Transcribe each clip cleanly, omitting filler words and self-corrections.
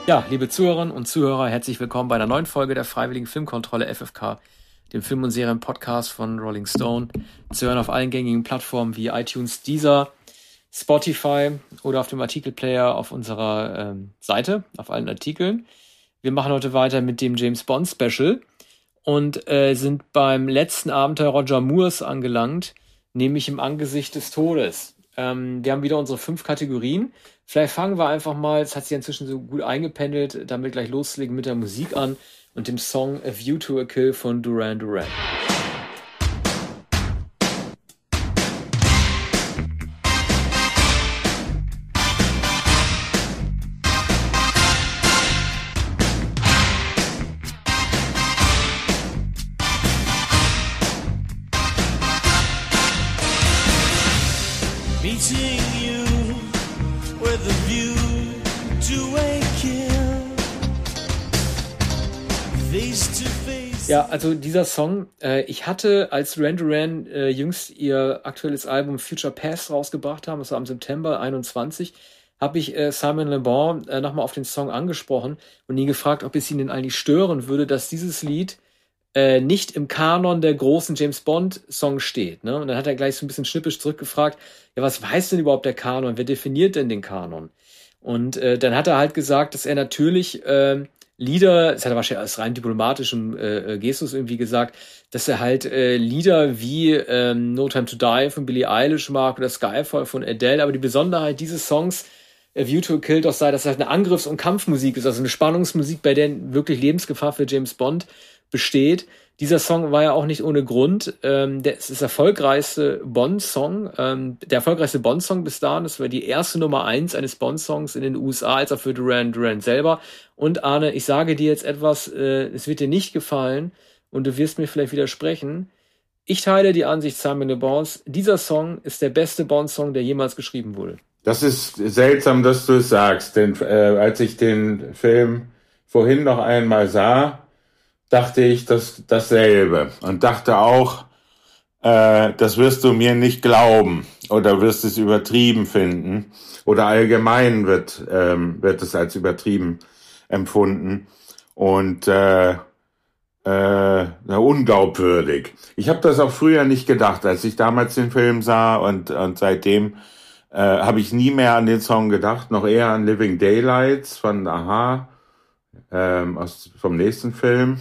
Ja, liebe Zuhörerinnen und Zuhörer, herzlich willkommen bei einer neuen Folge der Freiwilligen Filmkontrolle FFK, dem Film- und Serien-Podcast von Rolling Stone. Zu hören auf allen gängigen Plattformen wie iTunes, Deezer, Spotify oder auf dem Artikelplayer auf unserer Seite, auf allen Artikeln. Wir machen heute weiter mit dem James Bond Special und sind beim letzten Abenteuer Roger Moores angelangt, nämlich im Angesicht des Todes. Wir haben wieder unsere 5 Kategorien. Vielleicht fangen wir einfach mal, es hat sich inzwischen so gut eingependelt, damit gleich loslegen mit der Musik an und dem Song A View to a Kill von Duran Duran. Ja, also dieser Song, ich hatte, als Duran Duran jüngst ihr aktuelles Album Future Past rausgebracht haben, das war im September 21, habe ich Simon Le Bon nochmal auf den Song angesprochen und ihn gefragt, ob es ihn denn eigentlich stören würde, dass dieses Lied nicht im Kanon der großen James Bond Song steht. Ne? Und dann hat er gleich so ein bisschen schnippisch zurückgefragt, ja, was weiß denn überhaupt der Kanon? Wer definiert denn den Kanon? Und dann hat er halt gesagt, dass er natürlich Lieder, das hat er wahrscheinlich aus rein diplomatischem Gestus irgendwie gesagt, dass er halt Lieder wie No Time to Die von Billie Eilish mag oder Skyfall von Adele, aber die Besonderheit dieses Songs A View to a Kill doch sei, dass es halt eine Angriffs- und Kampfmusik ist, also eine Spannungsmusik, bei der wirklich Lebensgefahr für James Bond besteht. Dieser Song war ja auch nicht ohne Grund. Es ist der erfolgreichste Bond-Song, der erfolgreichste Bond-Song bis dahin. Das war die erste Nummer 1 eines Bond-Songs in den USA, als auch für Duran Duran selber. Und Arne, ich sage dir jetzt etwas, es wird dir nicht gefallen und du wirst mir vielleicht widersprechen. Ich teile die Ansicht Simon Le Bons, dieser Song ist der beste Bond-Song, der jemals geschrieben wurde. Das ist seltsam, dass du es sagst, denn als ich den Film vorhin noch einmal sah, dachte ich dasselbe und dachte auch, das wirst du mir nicht glauben oder wirst es übertrieben finden oder allgemein wird es als übertrieben empfunden und unglaubwürdig. Ich habe das auch früher nicht gedacht, als ich damals den Film sah und seitdem habe ich nie mehr an den Song gedacht, noch eher an Living Daylights von Aha, vom nächsten Film.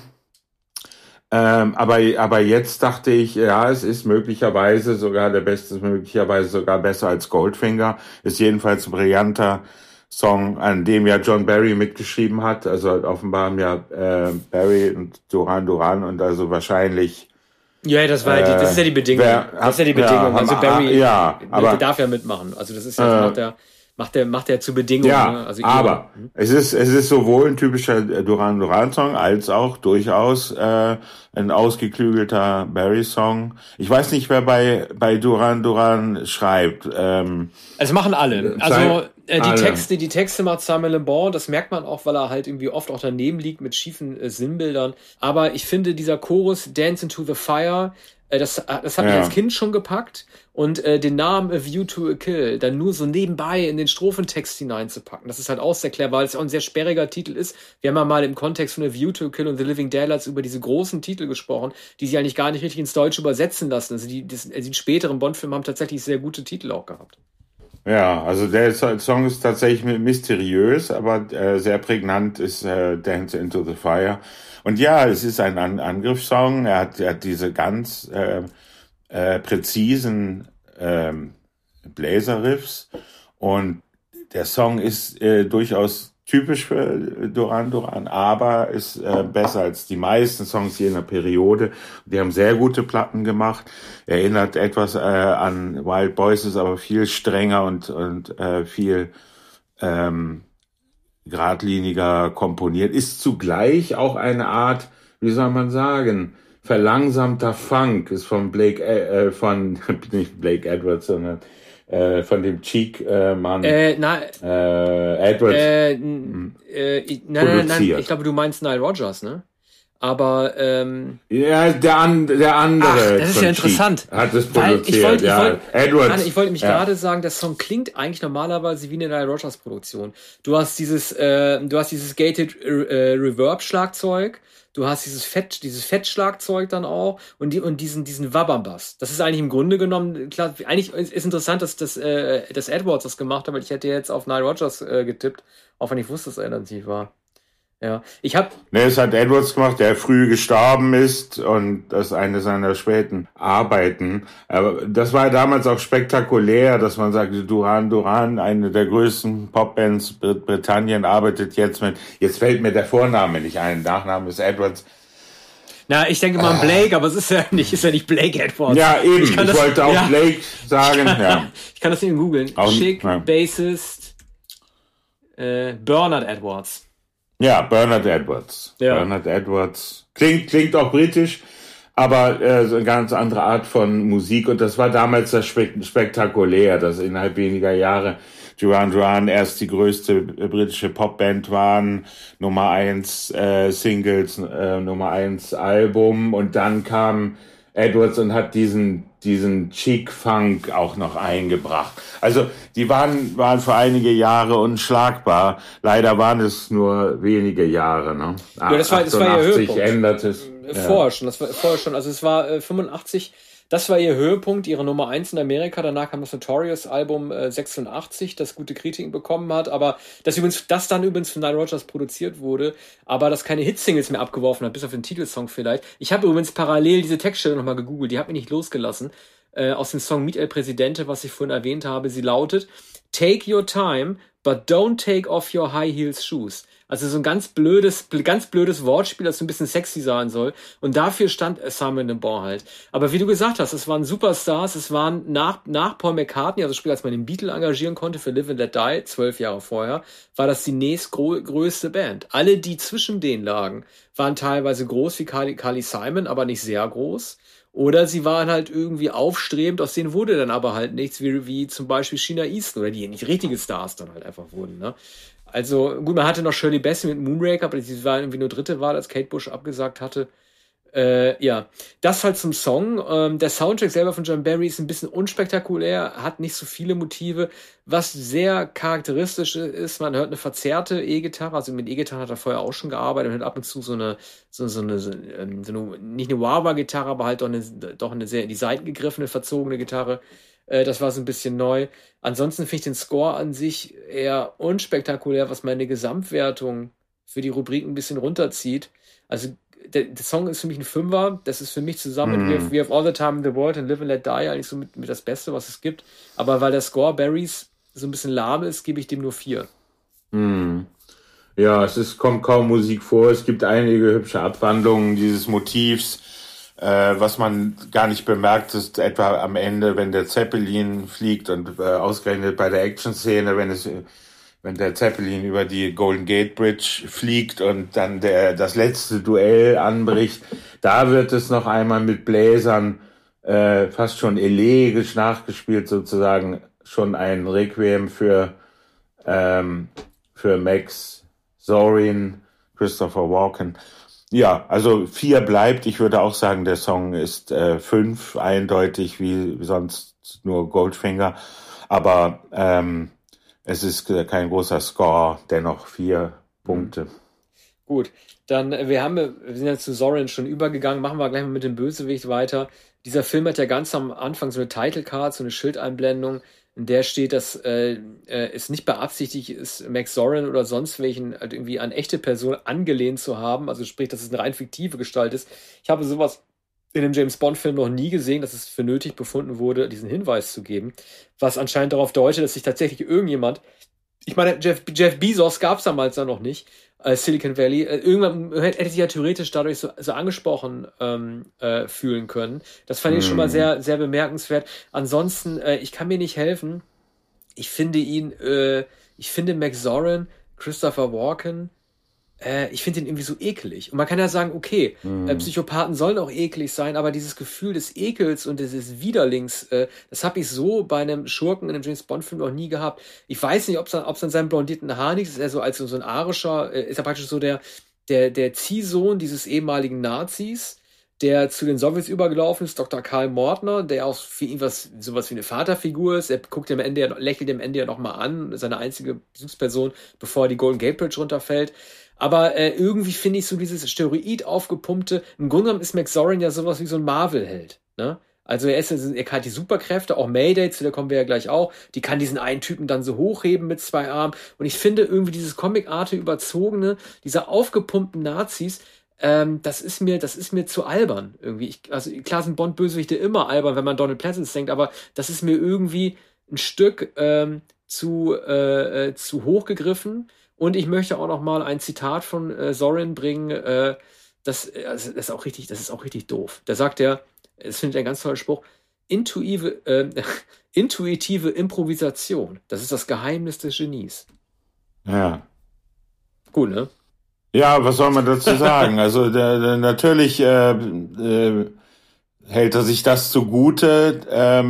Aber jetzt dachte ich, ja, es ist möglicherweise sogar möglicherweise sogar besser als Goldfinger. Ist jedenfalls ein brillanter Song, an dem ja John Barry mitgeschrieben hat. Also offenbar haben ja Barry und Duran Duran und also wahrscheinlich. Ja, das ist ja die Bedingung. Das ist ja die Bedingung. Ja, also Barry aber darf ja mitmachen. Also das ist ja macht er zu Bedingungen. Ja, ne? Also aber es ist sowohl ein typischer Duran Duran Song als auch durchaus ein ausgeklügelter Barry Song. Ich weiß nicht, wer bei Duran Duran schreibt. Es machen alle. Also die Texte macht Simon Le Bon, das merkt man auch, weil er halt irgendwie oft auch daneben liegt mit schiefen Sinnbildern. Aber ich finde, dieser Chorus Dance into the Fire, das hat mich als Kind schon gepackt und den Namen A View to a Kill dann nur so nebenbei in den Strophentext hineinzupacken, das ist halt auch sehr clever, weil es ja auch ein sehr sperriger Titel ist. Wir haben ja mal im Kontext von A View to a Kill und The Living Daylights über diese großen Titel gesprochen, die sich eigentlich gar nicht richtig ins Deutsche übersetzen lassen. Also die späteren Bond-Filme haben tatsächlich sehr gute Titel auch gehabt. Ja, also der Song ist tatsächlich mysteriös, aber sehr prägnant ist Dance into the Fire. Und ja, es ist ein Angriffssong. Er hat diese ganz präzisen Bläserriffs und der Song ist durchaus typisch für Duran Duran, aber ist besser als die meisten Songs jener Periode. Die haben sehr gute Platten gemacht. Erinnert etwas an Wild Boys, ist aber viel strenger und viel geradliniger komponiert. Ist zugleich auch eine Art, wie soll man sagen, verlangsamter Funk. Ist von nicht Blake Edwards, sondern von dem Cheek-Mann Edwards nein, ich glaube, du meinst Nile Rodgers, ne? Aber ja, der andere. Das ist ja interessant. Hat es produziert. Ich wollte mich gerade sagen, der Song klingt eigentlich normalerweise wie eine Nile Rodgers Produktion. Du hast dieses gated Reverb-Schlagzeug. Du hast dieses Fettschlagzeug dann auch und diesen Wabam-Bass. Das ist eigentlich im Grunde genommen, klar, eigentlich ist interessant, dass Edwards das gemacht hat, weil ich hätte jetzt auf Nile Rodgers getippt, auch wenn ich wusste, dass er dann nicht war. Ja, es hat Edwards gemacht, der früh gestorben ist und das ist eine seiner späten Arbeiten. Aber das war damals auch spektakulär, dass man sagte, Duran Duran, eine der größten Popbands Britannien, arbeitet jetzt fällt mir der Vorname nicht ein, Nachname ist Edwards. Na, ich denke mal an Blake, aber es ist ja nicht Blake Edwards. Ja, eben, ich wollte auch Blake sagen. Ja. Ich kann das nicht googeln. Schick, Bassist, Bernard Edwards. Ja, Bernard Edwards. Ja. Bernard Edwards. Klingt auch britisch, aber so eine ganz andere Art von Musik. Und das war damals das spektakulär, dass innerhalb weniger Jahre Duran Duran erst die größte britische Popband waren, Nummer 1 Singles, Nummer 1 Album. Und dann kam Edwards und hat diesen Chic-Funk auch noch eingebracht. Also die waren für einige Jahre unschlagbar. Leider waren es nur wenige Jahre. Ne? Ja, das war ihr Höhepunkt. Ändert es. Vorher schon. Also es war 85. Das war ihr Höhepunkt, ihre Nummer 1 in Amerika. Danach kam das Notorious-Album 86, das gute Kritiken bekommen hat, aber das dann übrigens von Nile Rodgers produziert wurde, aber das keine Hitsingles mehr abgeworfen hat, bis auf den Titelsong vielleicht. Ich habe übrigens parallel diese Textstelle nochmal gegoogelt, die hat mich nicht losgelassen, aus dem Song Meet El Presidente, was ich vorhin erwähnt habe. Sie lautet: Take your time, but don't take off your high heels shoes. Also so ein ganz blödes Wortspiel, das so ein bisschen sexy sein soll. Und dafür stand Simon Le Bon halt. Aber wie du gesagt hast, es waren Superstars, es waren nach Paul McCartney, also sprich, als man den Beatle engagieren konnte für Live and Let Die, 12 Jahre vorher, war das die nächstgrößte Band. Alle, die zwischen denen lagen, waren teilweise groß wie Carly Simon, aber nicht sehr groß. Oder sie waren halt irgendwie aufstrebend, aus denen wurde dann aber halt nichts, wie zum Beispiel Sheena Easton, oder die nicht richtige Stars dann halt einfach wurden, ne? Also, gut, man hatte noch Shirley Bassey mit Moonraker, aber sie war irgendwie nur dritte Wahl, als Kate Bush abgesagt hatte. Ja, das halt zum Song. Der Soundtrack selber von John Barry ist ein bisschen unspektakulär, hat nicht so viele Motive. Was sehr charakteristisch ist, man hört eine verzerrte E-Gitarre, also mit E-Gitarre hat er vorher auch schon gearbeitet, man hört ab und zu so eine nicht eine Wah-Wah-Gitarre, aber halt doch eine sehr in die Seiten gegriffene, verzogene Gitarre. Das war so ein bisschen neu. Ansonsten finde ich den Score an sich eher unspektakulär, was meine Gesamtwertung für die Rubrik ein bisschen runterzieht. Also der Song ist für mich ein Fünfer. Das ist für mich zusammen mit We Have All the Time in the World und Live and Let Die eigentlich so mit das Beste, was es gibt. Aber weil der Score Barrys so ein bisschen lahm ist, gebe ich dem nur 4. Ja, kommt kaum Musik vor. Es gibt einige hübsche Abwandlungen dieses Motivs. Was man gar nicht bemerkt, ist etwa am Ende, wenn der Zeppelin fliegt und ausgerechnet bei der Action-Szene, wenn der Zeppelin über die Golden Gate Bridge fliegt und dann das letzte Duell anbricht, da wird es noch einmal mit Bläsern fast schon elegisch nachgespielt, sozusagen schon ein Requiem für Max Zorin, Christopher Walken. Ja, also 4 bleibt. Ich würde auch sagen, der Song ist 5, eindeutig wie sonst nur Goldfinger. Aber es ist kein großer Score, dennoch 4 Punkte. Gut, dann wir sind ja zu Zorin schon übergegangen, machen wir gleich mal mit dem Bösewicht weiter. Dieser Film hat ja ganz am Anfang so eine Title Card, so eine Schildeinblendung, in der steht, dass es nicht beabsichtigt ist, Max Zorin oder sonst welchen halt irgendwie an echte Person angelehnt zu haben. Also sprich, dass es eine rein fiktive Gestalt ist. Ich habe sowas in einem James-Bond-Film noch nie gesehen, dass es für nötig befunden wurde, diesen Hinweis zu geben, was anscheinend darauf deutet, dass sich tatsächlich irgendjemand, ich meine, Jeff Bezos gab es damals ja noch nicht, Silicon Valley, irgendwann hätte sich ja theoretisch dadurch so angesprochen fühlen können. Das fand ich schon mal sehr, sehr bemerkenswert. Ansonsten, ich kann mir nicht helfen. Ich finde Max Zorin, Christopher Walken, ich finde ihn irgendwie so eklig. Und man kann ja sagen, okay, Psychopathen sollen auch eklig sein, aber dieses Gefühl des Ekels und des Widerlings, das habe ich so bei einem Schurken in einem James-Bond-Film noch nie gehabt. Ich weiß nicht, ob es an seinem blondierten Haar liegt, ist er so als so ein arischer, ist er praktisch so der der Ziehsohn dieses ehemaligen Nazis, der zu den Sowjets übergelaufen ist, Dr. Karl Mortner, der auch für ihn sowas wie eine Vaterfigur ist. Er lächelt am Ende ja nochmal an, seine einzige Besuchsperson, bevor er die Golden Gate Bridge runterfällt. Aber irgendwie finde ich so dieses Steroid aufgepumpte, im Grunde genommen ist Max Zorin ja sowas wie so ein Marvel-Held, ne? Also er hat die Superkräfte, auch Mayday, zu der kommen wir ja gleich auch, die kann diesen einen Typen dann so hochheben mit 2 Armen. Und ich finde irgendwie dieses Comic-Arte überzogene, dieser aufgepumpten Nazis, das ist mir zu albern irgendwie. Also klar sind Bond-Bösewichte immer albern, wenn man Donald Pleasence denkt, aber das ist mir irgendwie ein Stück zu hoch gegriffen. Und ich möchte auch noch mal ein Zitat von Zorin bringen. Das ist auch richtig doof. Da sagt er, es findet ein ganz toller Spruch: intuitive Improvisation. Das ist das Geheimnis des Genies. Ja. Gut, ne? Ja, was soll man dazu sagen? Also natürlich hält er sich das zugute. Er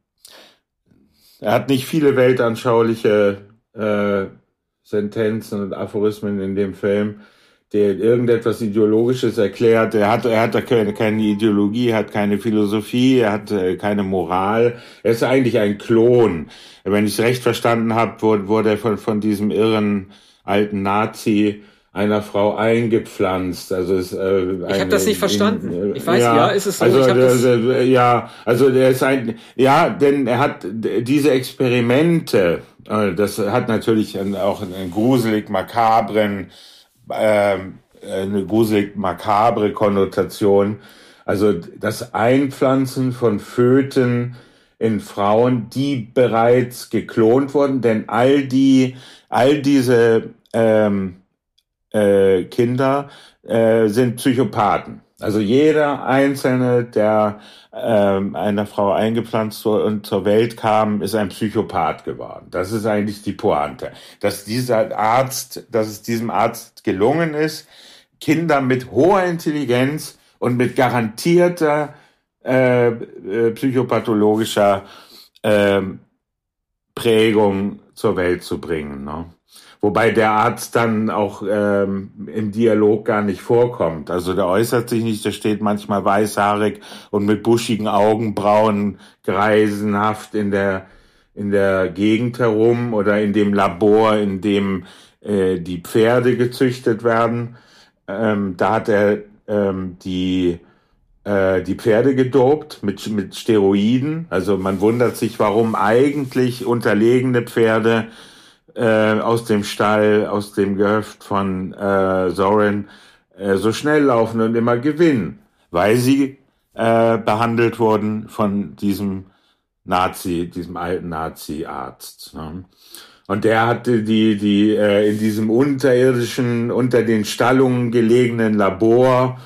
hat nicht viele weltanschauliche Sentenzen und Aphorismen in dem Film, der irgendetwas Ideologisches erklärt. Er hat keine Ideologie, er hat keine Philosophie, er hat keine Moral. Er ist eigentlich ein Klon. Wenn ich es recht verstanden habe, wurde er von diesem irren alten Nazi einer Frau eingepflanzt. Also ich habe das nicht verstanden. Ich weiß, ist es so? Also der ist denn er hat diese Experimente. Das hat natürlich auch einen gruselig makabre Konnotation. Also das Einpflanzen von Föten in Frauen, die bereits geklont wurden, denn all diese Kinder sind Psychopathen. Also jeder einzelne, der einer Frau eingepflanzt wurde und zur Welt kam, ist ein Psychopath geworden. Das ist eigentlich die Pointe. Dass es diesem Arzt gelungen ist, Kinder mit hoher Intelligenz und mit garantierter psychopathologischer Prägung zur Welt zu bringen, ne? Wobei der Arzt dann auch im Dialog gar nicht vorkommt. Also der äußert sich nicht, der steht manchmal weißhaarig und mit buschigen Augenbrauen greisenhaft in der Gegend herum oder in dem Labor, in dem die Pferde gezüchtet werden. Da hat er die Pferde gedopt mit Steroiden. Also man wundert sich, warum eigentlich unterlegene Pferde aus dem Stall, aus dem Gehöft von Zorin so schnell laufen und immer gewinnen, weil sie behandelt wurden von diesem alten Nazi-Arzt. Ne? Und der hatte die in diesem unterirdischen, unter den Stallungen gelegenen Labor,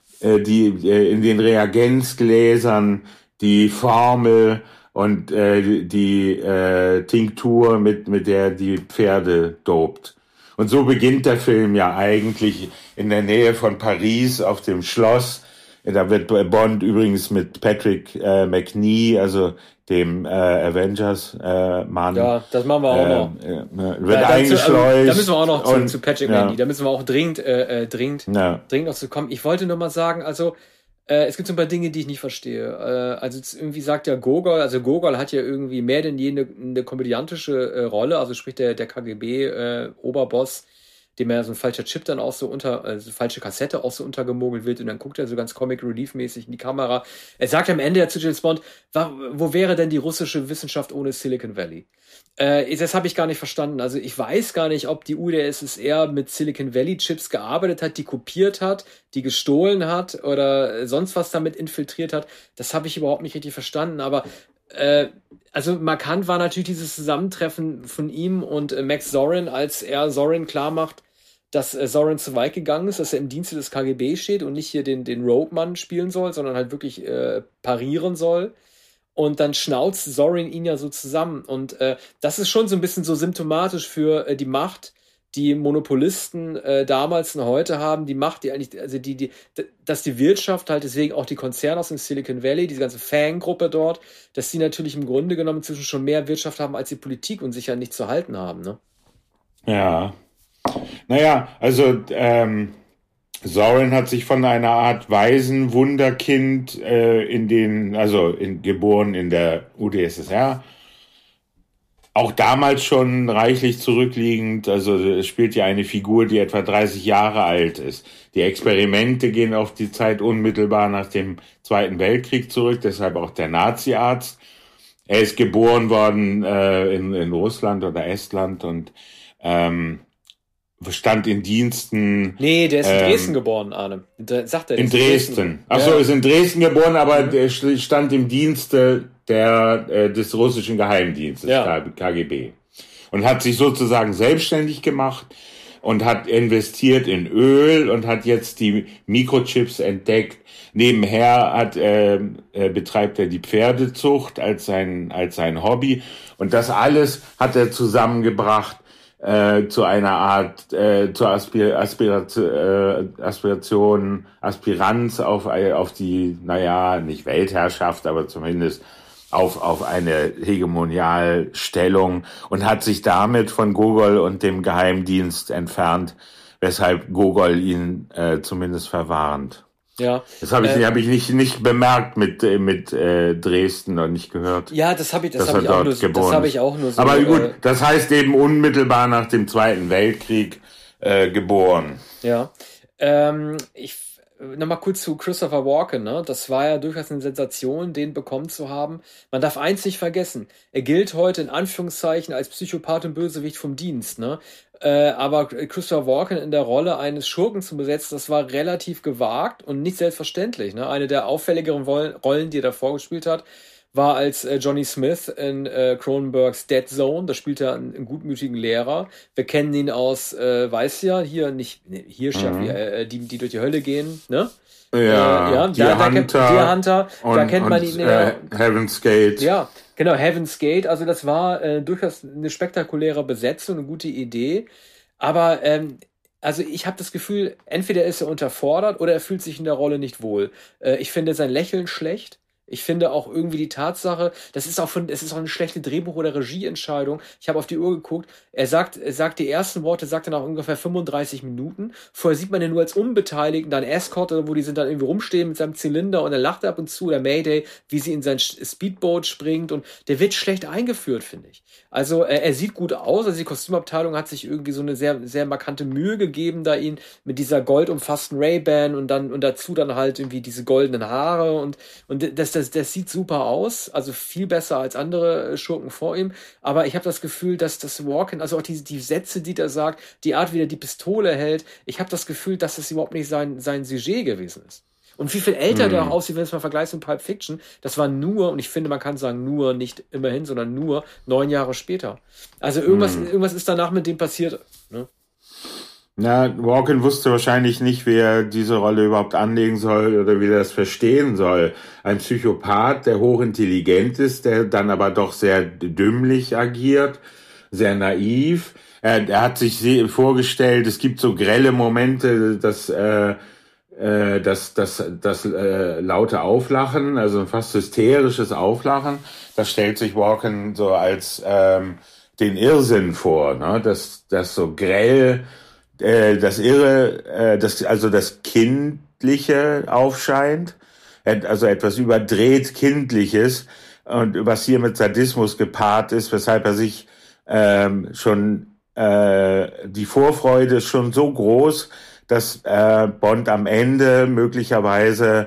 in den Reagenzgläsern die Formel und die Tinktur, mit der die Pferde dopt. Und so beginnt der Film ja eigentlich in der Nähe von Paris auf dem Schloss. Da wird Bond übrigens mit Patrick McNee, also dem Avengers-Mann. Ja, das machen wir auch noch. Wird eingeschleust. Da müssen wir auch noch zu Patrick McNee. Da müssen wir auch dringend noch zu kommen. Ich wollte nur mal sagen, also es gibt so ein paar Dinge, die ich nicht verstehe. Also irgendwie sagt ja Gogol, also Gogol hat ja irgendwie mehr denn je eine komödiantische Rolle, also sprich der KGB-Oberboss, dem ja so ein falscher Chip dann auch so falsche Kassette auch so untergemogelt wird und dann guckt er so ganz Comic-Relief-mäßig in die Kamera. Er sagt am Ende ja zu James Bond, wo wäre denn die russische Wissenschaft ohne Silicon Valley? Das habe ich gar nicht verstanden. Also ich weiß gar nicht, ob die UdSSR mit Silicon Valley Chips gearbeitet hat, die kopiert hat, die gestohlen hat oder sonst was damit infiltriert hat. Das habe ich überhaupt nicht richtig verstanden, aber also markant war natürlich dieses Zusammentreffen von ihm und Max Zorin, als er Zorin klar macht, dass Zorin zu weit gegangen ist, dass er im Dienste des KGB steht und nicht hier den Rogue-Mann spielen soll, sondern halt wirklich parieren soll. Und dann schnauzt Zorin ihn ja so zusammen. Und das ist schon so ein bisschen so symptomatisch für die Macht, die Monopolisten damals und heute haben, die Macht, die eigentlich, also dass die Wirtschaft halt, deswegen auch die Konzerne aus dem Silicon Valley, diese ganze Fang-Gruppe dort, dass die natürlich im Grunde genommen inzwischen schon mehr Wirtschaft haben als die Politik und sich ja nicht zu halten haben, ne? Ja. Naja, also Soren hat sich von einer Art Waisenwunderkind geboren in der UdSSR, auch damals schon reichlich zurückliegend. Also es spielt ja eine Figur, die etwa 30 Jahre alt ist. Die Experimente gehen auf die Zeit unmittelbar nach dem Zweiten Weltkrieg zurück, deshalb auch der Nazi-Arzt. Er ist geboren worden in Russland oder Estland und stand in Diensten. Nee, der ist in Dresden geboren, Arne. Da sagt er, in Dresden. Achso, ist in Dresden geboren, aber der stand im Dienste des russischen Geheimdienstes, KGB. Und hat sich sozusagen selbstständig gemacht und hat investiert in Öl und hat jetzt die Mikrochips entdeckt. Nebenher betreibt er die Pferdezucht als sein Hobby. Und das alles hat er zusammengebracht zu einer Art, zur Aspiranz auf die, nicht Weltherrschaft, aber zumindest auf eine Hegemonialstellung und hat sich damit von Gogol und dem Geheimdienst entfernt, weshalb Gogol ihn zumindest verwarnt. Ja. Das habe ich nicht bemerkt mit Dresden und nicht gehört. Ja, das habe ich auch nur so. Aber gut, das heißt eben unmittelbar nach dem Zweiten Weltkrieg geboren. Ja. Nochmal kurz zu Christopher Walken, ne? Das war ja durchaus eine Sensation, den bekommen zu haben. Man darf eins nicht vergessen. Er gilt heute in Anführungszeichen als Psychopath und Bösewicht vom Dienst, ne? Aber Christopher Walken in der Rolle eines Schurken zu besetzen, das war relativ gewagt und nicht selbstverständlich, ne? Eine der auffälligeren Rollen, die er davor gespielt hat, war als Johnny Smith in Cronenbergs Dead Zone. Da spielt er einen gutmütigen Lehrer. Wir kennen ihn aus, hier die durch die Hölle gehen, ne? Deer Hunter. Da kennt man ihn ja. Heaven's Gate. Ja, genau, Heaven's Gate. Also das war durchaus eine spektakuläre Besetzung, eine gute Idee. Aber also ich habe das Gefühl, entweder ist er unterfordert oder er fühlt sich in der Rolle nicht wohl. Ich finde sein Lächeln schlecht. Ich finde auch irgendwie die Tatsache, es ist auch eine schlechte Drehbuch- oder Regieentscheidung. Ich habe auf die Uhr geguckt. Er sagt die ersten Worte, sagt er nach ungefähr 35 Minuten. Vorher sieht man ihn nur als Unbeteiligten, dann Escort, wo die sind dann irgendwie rumstehen mit seinem Zylinder und er lacht ab und zu, oder Mayday, wie sie in sein Speedboat springt, und der wird schlecht eingeführt, finde ich. Also er sieht gut aus, also die Kostümabteilung hat sich irgendwie so eine sehr, sehr markante Mühe gegeben, da ihn mit dieser goldumfassten Ray-Ban und dazu dann halt irgendwie diese goldenen Haare und das sieht super aus, also viel besser als andere Schurken vor ihm, aber ich habe das Gefühl, dass das Walken, also auch die Sätze, die er sagt, die Art, wie er die Pistole hält, ich habe das Gefühl, dass das überhaupt nicht sein Sujet gewesen ist. Und wie viel älter der auch aussieht, wenn es mal vergleichst mit Pulp Fiction, das war nur, und ich finde, man kann sagen nur, nicht immerhin, sondern nur 9 Jahre später. Also irgendwas ist danach mit dem passiert, ne? Na, Walken wusste wahrscheinlich nicht, wie er diese Rolle überhaupt anlegen soll oder wie er das verstehen soll. Ein Psychopath, der hochintelligent ist, der dann aber doch sehr dümmlich agiert, sehr naiv. Er hat sich vorgestellt, es gibt so grelle Momente, das laute Auflachen, also ein fast hysterisches Auflachen, das stellt sich Walken so als den Irrsinn vor, ne? Das so grell, das Irre, das Kindliche aufscheint, also etwas überdreht Kindliches, und was hier mit Sadismus gepaart ist, weshalb er sich die Vorfreude ist schon so groß, dass Bond am Ende möglicherweise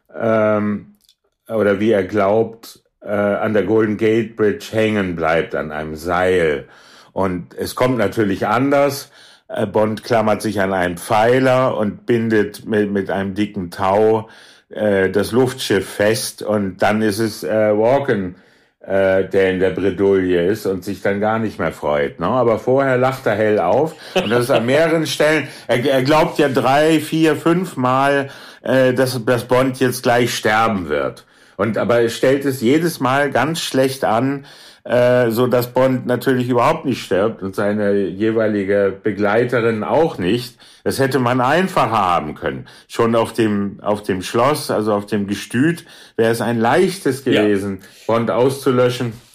oder wie er glaubt an der Golden Gate Bridge hängen bleibt an einem Seil. Und es kommt natürlich anders. Bond klammert sich an einen Pfeiler und bindet mit einem dicken Tau das Luftschiff fest, und dann ist es Walken, der in der Bredouille ist und sich dann gar nicht mehr freut, ne? Aber vorher lacht er hell auf, und das ist an mehreren Stellen. Er glaubt ja 3, 4, 5 Mal, dass Bond jetzt gleich sterben wird. Aber er stellt es jedes Mal ganz schlecht an, so dass Bond natürlich überhaupt nicht stirbt und seine jeweilige Begleiterin auch nicht. Das hätte man einfacher haben können. Schon auf dem Schloss, also auf dem Gestüt, wäre es ein leichtes gewesen, Bond auszulöschen. Du,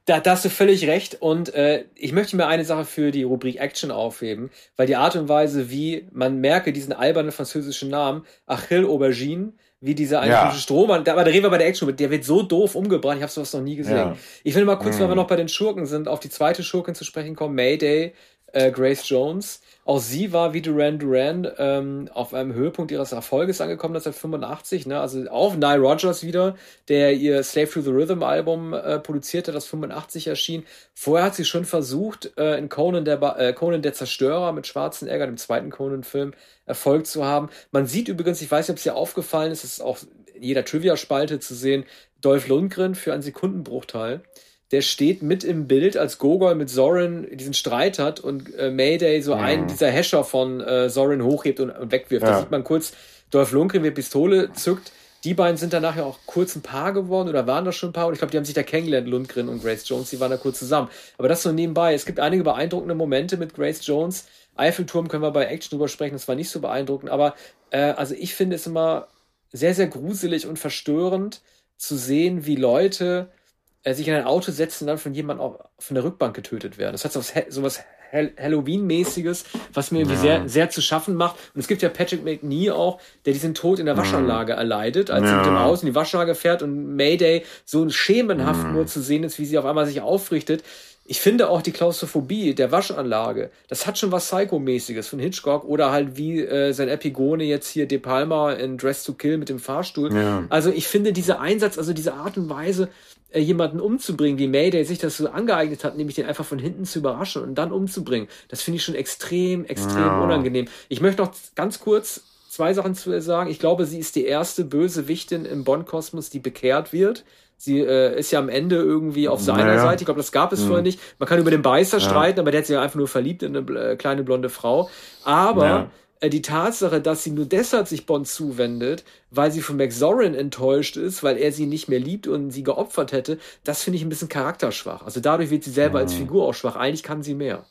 Da hast du völlig recht und ich möchte mir eine Sache für die Rubrik Action aufheben, weil die Art und Weise, wie man merke, diesen albernen französischen Namen, Achille Aubergine, wie dieser eine Strohmann, aber da reden wir bei der Action mit, der wird so doof umgebracht, ich habe sowas noch nie gesehen. Ja. Ich will mal kurz, weil wir noch bei den Schurken sind, auf die zweite Schurkin zu sprechen kommen, Mayday, Grace Jones. Auch sie war wie Duran Duran auf einem Höhepunkt ihres Erfolges angekommen, 1985. Ne? Also auch Nile Rodgers wieder, der ihr Slave to the Rhythm Album produzierte, das 85 erschien. Vorher hat sie schon versucht, in Conan der Zerstörer mit Schwarzenegger, dem zweiten Conan-Film, Erfolg zu haben. Man sieht übrigens, ich weiß nicht, ob es dir aufgefallen ist, es ist auch in jeder Trivia-Spalte zu sehen, Dolph Lundgren für einen Sekundenbruchteil. Der steht mit im Bild, als Gogol mit Zorin diesen Streit hat und Mayday so einen dieser Häscher von Zorin hochhebt und wegwirft. Da sieht man kurz, Dolph Lundgren, wie Pistole zückt. Die beiden sind dann nachher auch kurz ein Paar geworden oder waren das schon ein Paar. Und ich glaube, die haben sich da kennengelernt, Lundgren und Grace Jones. Die waren da kurz zusammen. Aber das so nebenbei. Es gibt einige beeindruckende Momente mit Grace Jones. Eiffelturm können wir bei Action drüber sprechen. Das war nicht so beeindruckend. Aber also ich finde es immer sehr, sehr gruselig und verstörend zu sehen, wie Leute sich in ein Auto setzen und dann von jemandem auch von der Rückbank getötet werden. Das hat so was Halloween-mäßiges, was mir irgendwie sehr, sehr zu schaffen macht. Und es gibt ja Patrick McNee auch, der diesen Tod in der Waschanlage erleidet, als er mit dem Haus in die Waschanlage fährt und Mayday so schemenhaft nur zu sehen ist, wie sie auf einmal sich aufrichtet. Ich finde auch die Klaustrophobie der Waschanlage, das hat schon was Psycho-mäßiges von Hitchcock oder halt wie sein Epigone jetzt hier De Palma in Dress to Kill mit dem Fahrstuhl. Ja. Also ich finde diese Einsatz, also diese Art und Weise, jemanden umzubringen, wie Mayday sich das so angeeignet hat, nämlich den einfach von hinten zu überraschen und dann umzubringen, das finde ich schon extrem unangenehm. Ich möchte noch ganz kurz 2 Sachen zu sagen. Ich glaube, sie ist die erste Bösewichtin im Bond-Kosmos, die bekehrt wird. Sie ist ja am Ende irgendwie auf seiner Seite. Ich glaube, das gab es vorher nicht. Man kann über den Beißer streiten, aber der hat sich ja einfach nur verliebt in eine kleine blonde Frau. Aber die Tatsache, dass sie nur deshalb sich Bond zuwendet, weil sie von Max Zorin enttäuscht ist, weil er sie nicht mehr liebt und sie geopfert hätte, das finde ich ein bisschen charakterschwach. Also dadurch wird sie selber als Figur auch schwach. Eigentlich kann sie mehr.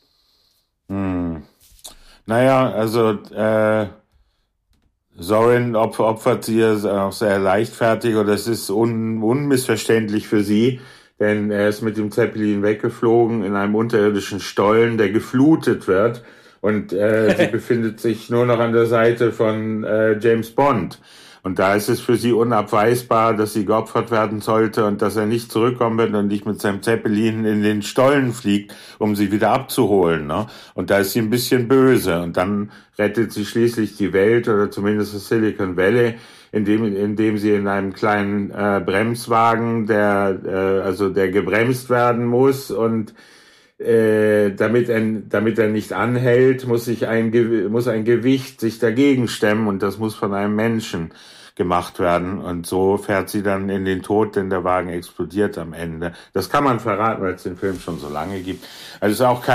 Naja, also Zorin opfert sie auch sehr leichtfertig und das ist unmissverständlich für sie, denn er ist mit dem Zeppelin weggeflogen in einem unterirdischen Stollen, der geflutet wird. Und sie befindet sich nur noch an der Seite von James Bond. Und da ist es für sie unabweisbar, dass sie geopfert werden sollte und dass er nicht zurückkommen wird und nicht mit seinem Zeppelin in den Stollen fliegt, um sie wieder abzuholen. Ne? Und da ist sie ein bisschen böse. Und dann rettet sie schließlich die Welt oder zumindest das Silicon Valley, indem sie in einem kleinen Bremswagen, der gebremst werden muss und damit er nicht anhält, muss ein Gewicht sich dagegen stemmen und das muss von einem Menschen gemacht werden und so fährt sie dann in den Tod, denn der Wagen explodiert am Ende. Das kann man verraten, weil es den Film schon so lange gibt. Also es ist auch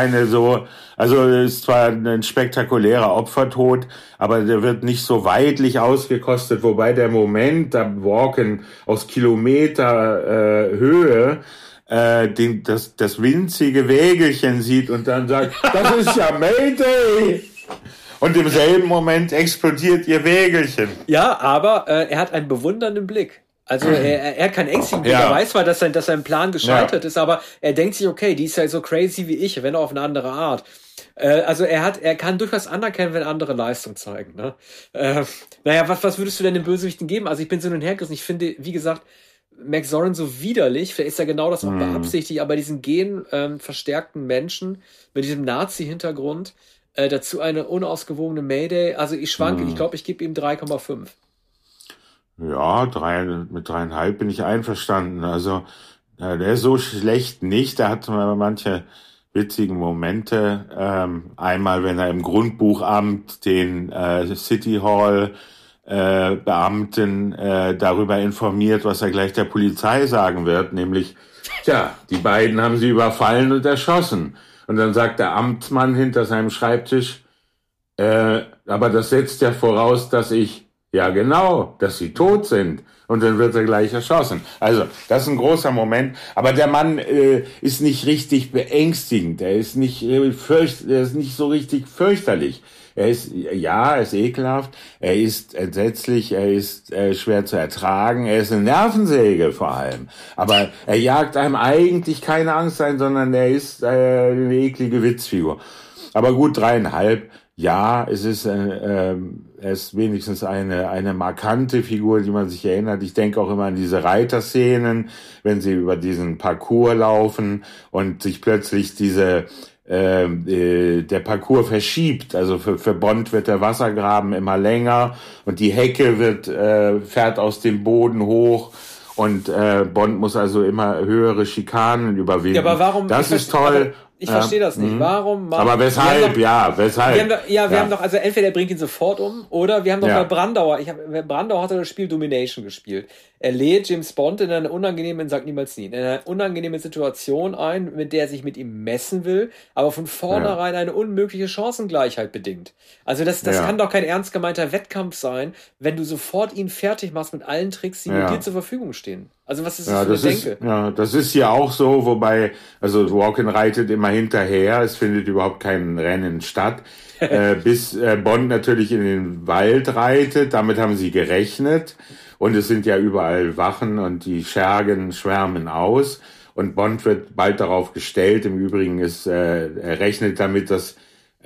es ist zwar ein spektakulärer Opfertod, aber der wird nicht so weidlich ausgekostet, wobei der Moment, da Walken aus Kilometer Höhe das winzige Wägelchen sieht und dann sagt, das ist ja Mayday! Und im selben Moment explodiert ihr Wägelchen. Ja, aber er hat einen bewundernden Blick. Also er hat keinen ängstlichen Blick. Er weiß zwar, dass sein Plan gescheitert ist, aber er denkt sich, okay, die ist ja so crazy wie ich, wenn auch auf eine andere Art. Also er kann durchaus anerkennen, wenn andere Leistung zeigen. Ne? Was würdest du denn den Bösewichten geben? Also ich bin so hin und her gerissen. Ich finde, wie gesagt, Max Zorin so widerlich, vielleicht ist ja genau das auch beabsichtigt, aber diesen verstärkten Menschen mit diesem Nazi-Hintergrund, dazu eine unausgewogene Mayday, also ich schwanke, ich glaube, ich gebe ihm 3,5. Ja, mit 3,5 bin ich einverstanden, also der ist so schlecht nicht, der hat manche witzigen Momente, einmal, wenn er im Grundbuchamt den City Hall Beamten darüber informiert, was er gleich der Polizei sagen wird, nämlich, die beiden haben sie überfallen und erschossen. Und dann sagt der Amtsmann hinter seinem Schreibtisch, aber das setzt ja voraus, dass dass sie tot sind. Und dann wird er gleich erschossen. Also, das ist ein großer Moment. Aber der Mann ist nicht richtig beängstigend. Er ist nicht so richtig fürchterlich. Er ist ekelhaft, er ist entsetzlich, er ist schwer zu ertragen, er ist eine Nervensäge vor allem. Aber er jagt einem eigentlich keine Angst ein, sondern er ist eine eklige Witzfigur. Aber gut, 3,5. Ja, es ist, er ist wenigstens eine markante Figur, die man sich erinnert. Ich denke auch immer an diese Reiterszenen, wenn sie über diesen Parcours laufen und sich plötzlich der Parcours verschiebt. Also für Bond wird der Wassergraben immer länger und die Hecke fährt aus dem Boden hoch. Und Bond muss also immer höhere Schikanen überwinden. Ja, aber warum? Das ist toll. Ich verstehe das nicht. Warum? Aber weshalb? Weshalb? Wir haben doch, also entweder er bringt ihn sofort um, oder wir haben doch bei Brandauer, Brandauer hat das Spiel Domination gespielt. Er lädt James Bond in eine unangenehme, sagt niemals nie, in eine unangenehme Situation ein, mit der er sich mit ihm messen will, aber von vornherein eine unmögliche Chancengleichheit bedingt. Also das kann doch kein ernst gemeinter Wettkampf sein, wenn du sofort ihn fertig machst mit allen Tricks, die dir zur Verfügung stehen. Also was ist das für eine Denke? Das ist ja auch so, wobei, also Walken reitet immer hinterher, es findet überhaupt kein Rennen statt, bis Bond natürlich in den Wald reitet, damit haben sie gerechnet und es sind ja überall Wachen und die Schergen schwärmen aus und Bond wird bald darauf gestellt, im Übrigen er rechnet damit, dass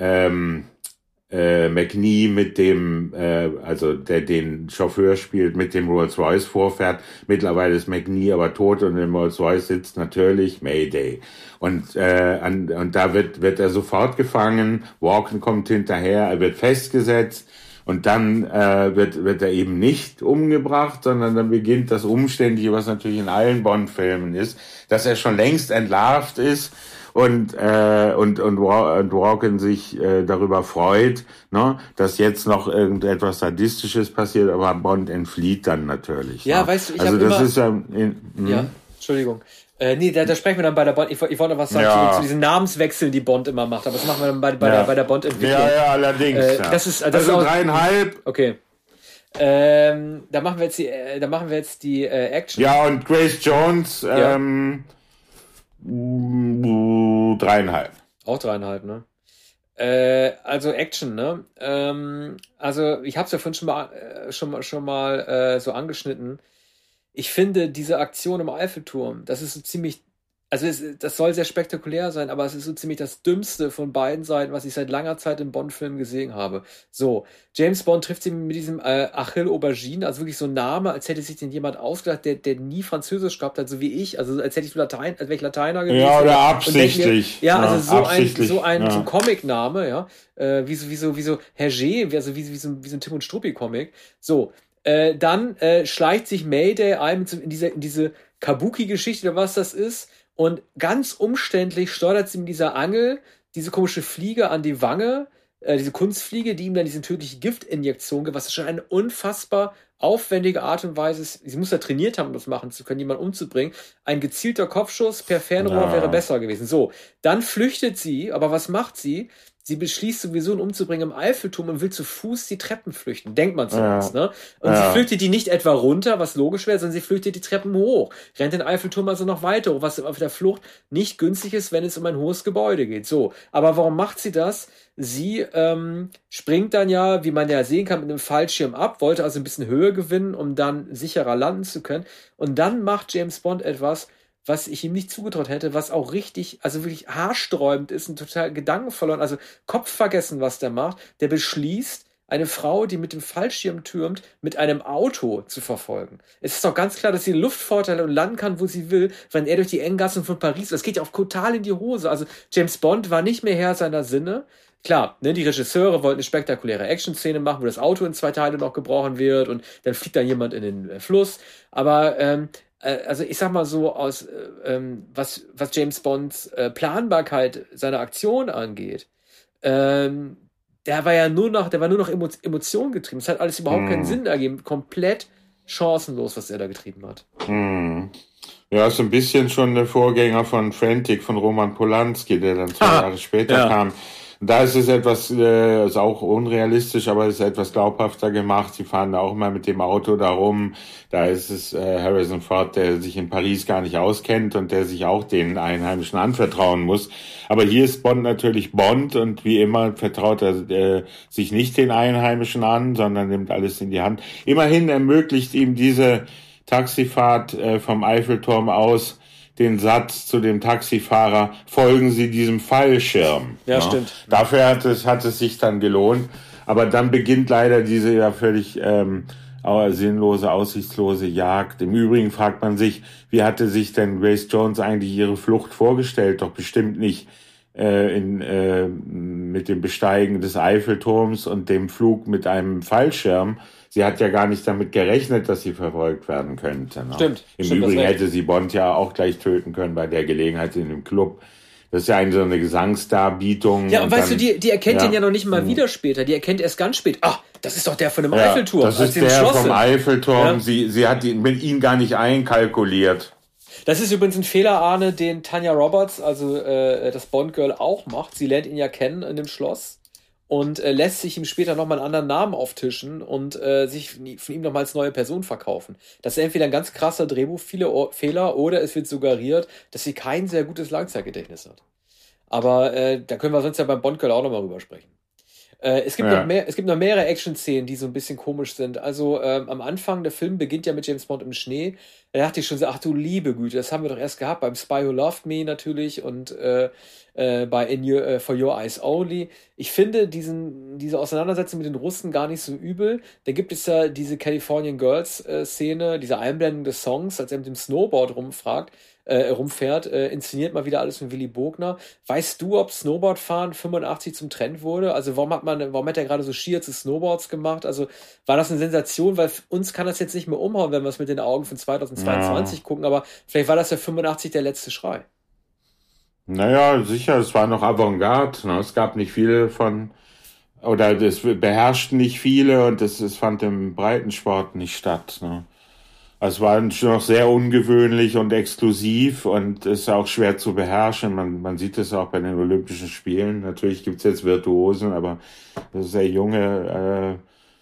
McNee mit dem, also der den Chauffeur spielt, mit dem Rolls-Royce vorfährt. Mittlerweile ist McNee aber tot und im Rolls-Royce sitzt natürlich Mayday. Und da wird er sofort gefangen. Walken kommt hinterher, er wird festgesetzt. Und dann wird er eben nicht umgebracht, sondern dann beginnt das Umständliche, was natürlich in allen Bond-Filmen ist, dass er schon längst entlarvt ist. Und Walken sich darüber freut, ne, dass jetzt noch irgendetwas Sadistisches passiert, aber Bond entflieht dann natürlich. Ja, ne? Weißt du, ich also habe das immer... ist Entschuldigung. Da sprechen wir dann bei der Bond. Ich wollte noch was sagen zu diesen Namenswechseln, die Bond immer macht, aber das machen wir dann bei der Bond-Entwicklung. Ja, allerdings. Das ist 3,5. Okay. Da machen wir jetzt die Action. Ja, und Grace Jones 3,5. Auch 3,5, ne? Also Action, ne? Also ich habe es ja vorhin schon mal so angeschnitten. Ich finde diese Aktion im Eiffelturm, das ist so ziemlich, also das soll sehr spektakulär sein, aber es ist so ziemlich das Dümmste von beiden Seiten, was ich seit langer Zeit in Bond-Filmen gesehen habe. So, James Bond trifft sich mit diesem Achille Aubergine, also wirklich so ein Name, als hätte sich den jemand ausgedacht, der nie Französisch gehabt hat, so wie ich, also als hätte ich als wäre ich Lateiner gewesen. Ja, oder absichtlich. Also so ein Comic-Name, ja, wie so Hergé, also wie so ein Tim und Struppi-Comic. So, dann schleicht sich Mayday ein in diese Kabuki-Geschichte oder was das ist. Und ganz umständlich steuert sie mit dieser Angel diese komische Fliege an die Wange, diese Kunstfliege, die ihm dann diese tödliche Giftinjektion gibt, was schon eine unfassbar aufwendige Art und Weise ist. Sie muss ja trainiert haben, um das machen zu können, jemanden umzubringen. Ein gezielter Kopfschuss per Fernrohr wäre besser gewesen. So, dann flüchtet sie, aber was macht sie? Sie beschließt sowieso, ihn umzubringen im Eiffelturm und will zu Fuß die Treppen flüchten. Denkt man zumindest, ne? Und sie flüchtet die nicht etwa runter, was logisch wäre, sondern sie flüchtet die Treppen hoch. Rennt den Eiffelturm also noch weiter hoch, was auf der Flucht nicht günstig ist, wenn es um ein hohes Gebäude geht. So. Aber warum macht sie das? Sie springt dann ja, wie man ja sehen kann, mit einem Fallschirm ab, wollte also ein bisschen Höhe gewinnen, um dann sicherer landen zu können. Und dann macht James Bond etwas, was ich ihm nicht zugetraut hätte, was auch richtig, also wirklich haarsträubend ist und total Gedanken verloren, also Kopf vergessen, was der macht. Der beschließt, eine Frau, die mit dem Fallschirm türmt, mit einem Auto zu verfolgen. Es ist doch ganz klar, dass sie Luftvorteile und landen kann, wo sie will, wenn er durch die engen Gassen von Paris, das geht ja auch total in die Hose. Also James Bond war nicht mehr Herr seiner Sinne. Klar, ne, die Regisseure wollten eine spektakuläre Action-Szene machen, wo das Auto in 2 Teile noch gebrochen wird und dann fliegt dann jemand in den Fluss. Aber also ich sag mal so, was James Bonds Planbarkeit seiner Aktion angeht, der war nur noch Emotionen getrieben. Es hat alles überhaupt keinen Sinn ergeben. Komplett chancenlos, was er da getrieben hat. Ja, ist ein bisschen schon der Vorgänger von Frantic von Roman Polanski, der dann 2 Jahre später kam. Und da ist es etwas, ist auch unrealistisch, aber es ist etwas glaubhafter gemacht. Sie fahren da auch mal mit dem Auto da rum. Da ist es Harrison Ford, der sich in Paris gar nicht auskennt und der sich auch den Einheimischen anvertrauen muss. Aber hier ist Bond natürlich Bond und wie immer vertraut er sich nicht den Einheimischen an, sondern nimmt alles in die Hand. Immerhin ermöglicht ihm diese Taxifahrt vom Eiffelturm aus den Satz zu dem Taxifahrer, folgen Sie diesem Fallschirm. Ja, stimmt. Dafür hat es sich dann gelohnt. Aber dann beginnt leider diese ja völlig sinnlose, aussichtslose Jagd. Im Übrigen fragt man sich, wie hatte sich denn Grace Jones eigentlich ihre Flucht vorgestellt? Doch bestimmt nicht mit dem Besteigen des Eiffelturms und dem Flug mit einem Fallschirm. Sie hat ja gar nicht damit gerechnet, dass sie verfolgt werden könnte. Ne? Stimmt. Im Übrigen hätte sie Bond ja auch gleich töten können bei der Gelegenheit in dem Club. Das ist ja so eine Gesangsdarbietung. Ja, und weißt du, die erkennt ihn ja noch nicht mal wieder später. Die erkennt erst ganz spät. Ach, das ist doch der von dem Eiffelturm. Das ist der vom Eiffelturm. Ja. Sie hat mit ihm gar nicht einkalkuliert. Das ist übrigens ein Fehler, Arne, den Tanya Roberts, also das Bond-Girl, auch macht. Sie lernt ihn ja kennen in dem Schloss und lässt sich ihm später nochmal einen anderen Namen auftischen und sich von ihm nochmal als neue Person verkaufen. Das ist entweder ein ganz krasser Drehbuchfehler oder es wird suggeriert, dass sie kein sehr gutes Langzeitgedächtnis hat. Aber da können wir sonst ja beim Bond-Girl auch nochmal rüber sprechen. Es gibt noch mehrere Action-Szenen, die so ein bisschen komisch sind. Also am Anfang, der Film beginnt ja mit James Bond im Schnee. Da dachte ich schon so, ach du liebe Güte, das haben wir doch erst gehabt beim Spy Who Loved Me natürlich und bei For Your Eyes Only. Ich finde diese Auseinandersetzung mit den Russen gar nicht so übel. Da gibt es ja diese Californian Girls Szene, diese Einblendung des Songs, als er mit dem Snowboard rumfährt, inszeniert mal wieder alles von Willy Bogner. Weißt du, ob Snowboardfahren 85 zum Trend wurde? Also warum hat er gerade so Skier zu Snowboards gemacht? Also war das eine Sensation? Weil uns kann das jetzt nicht mehr umhauen, wenn wir es mit den Augen von 2022 gucken, aber vielleicht war das ja 85 der letzte Schrei. Naja, sicher, es war noch Avantgarde. Ne? Es gab nicht viele oder das beherrschten nicht viele und es fand im Breitensport nicht statt. Ne? Es war noch sehr ungewöhnlich und exklusiv und ist auch schwer zu beherrschen. Man sieht es auch bei den Olympischen Spielen. Natürlich gibt's jetzt Virtuosen, aber das ist sehr junge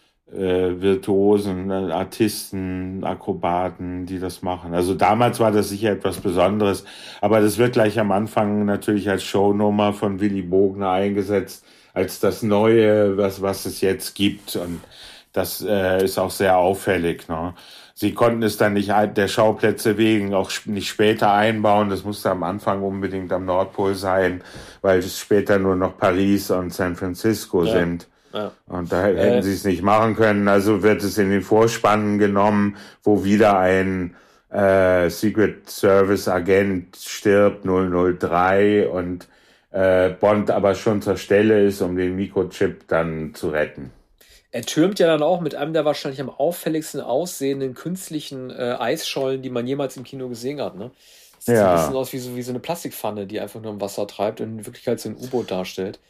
Virtuosen, Artisten, Akrobaten, die das machen. Also damals war das sicher etwas Besonderes, aber das wird gleich am Anfang natürlich als Shownummer von Willy Bogner eingesetzt, als das Neue, was es jetzt gibt. Und das ist auch sehr auffällig. Ne? Sie konnten es dann nicht der Schauplätze wegen auch nicht später einbauen. Das musste am Anfang unbedingt am Nordpol sein, weil es später nur noch Paris und San Francisco sind. Ja. Und da hätten sie es nicht machen können. Also wird es in den Vorspannen genommen, wo wieder ein Secret Service Agent stirbt, 003, und Bond aber schon zur Stelle ist, um den Mikrochip dann zu retten. Er türmt ja dann auch mit einem der wahrscheinlich am auffälligsten aussehenden künstlichen Eisschollen, die man jemals im Kino gesehen hat. Ne? Das sieht ein bisschen aus wie so eine Plastikpfanne, die einfach nur im Wasser treibt und in Wirklichkeit so ein U-Boot darstellt.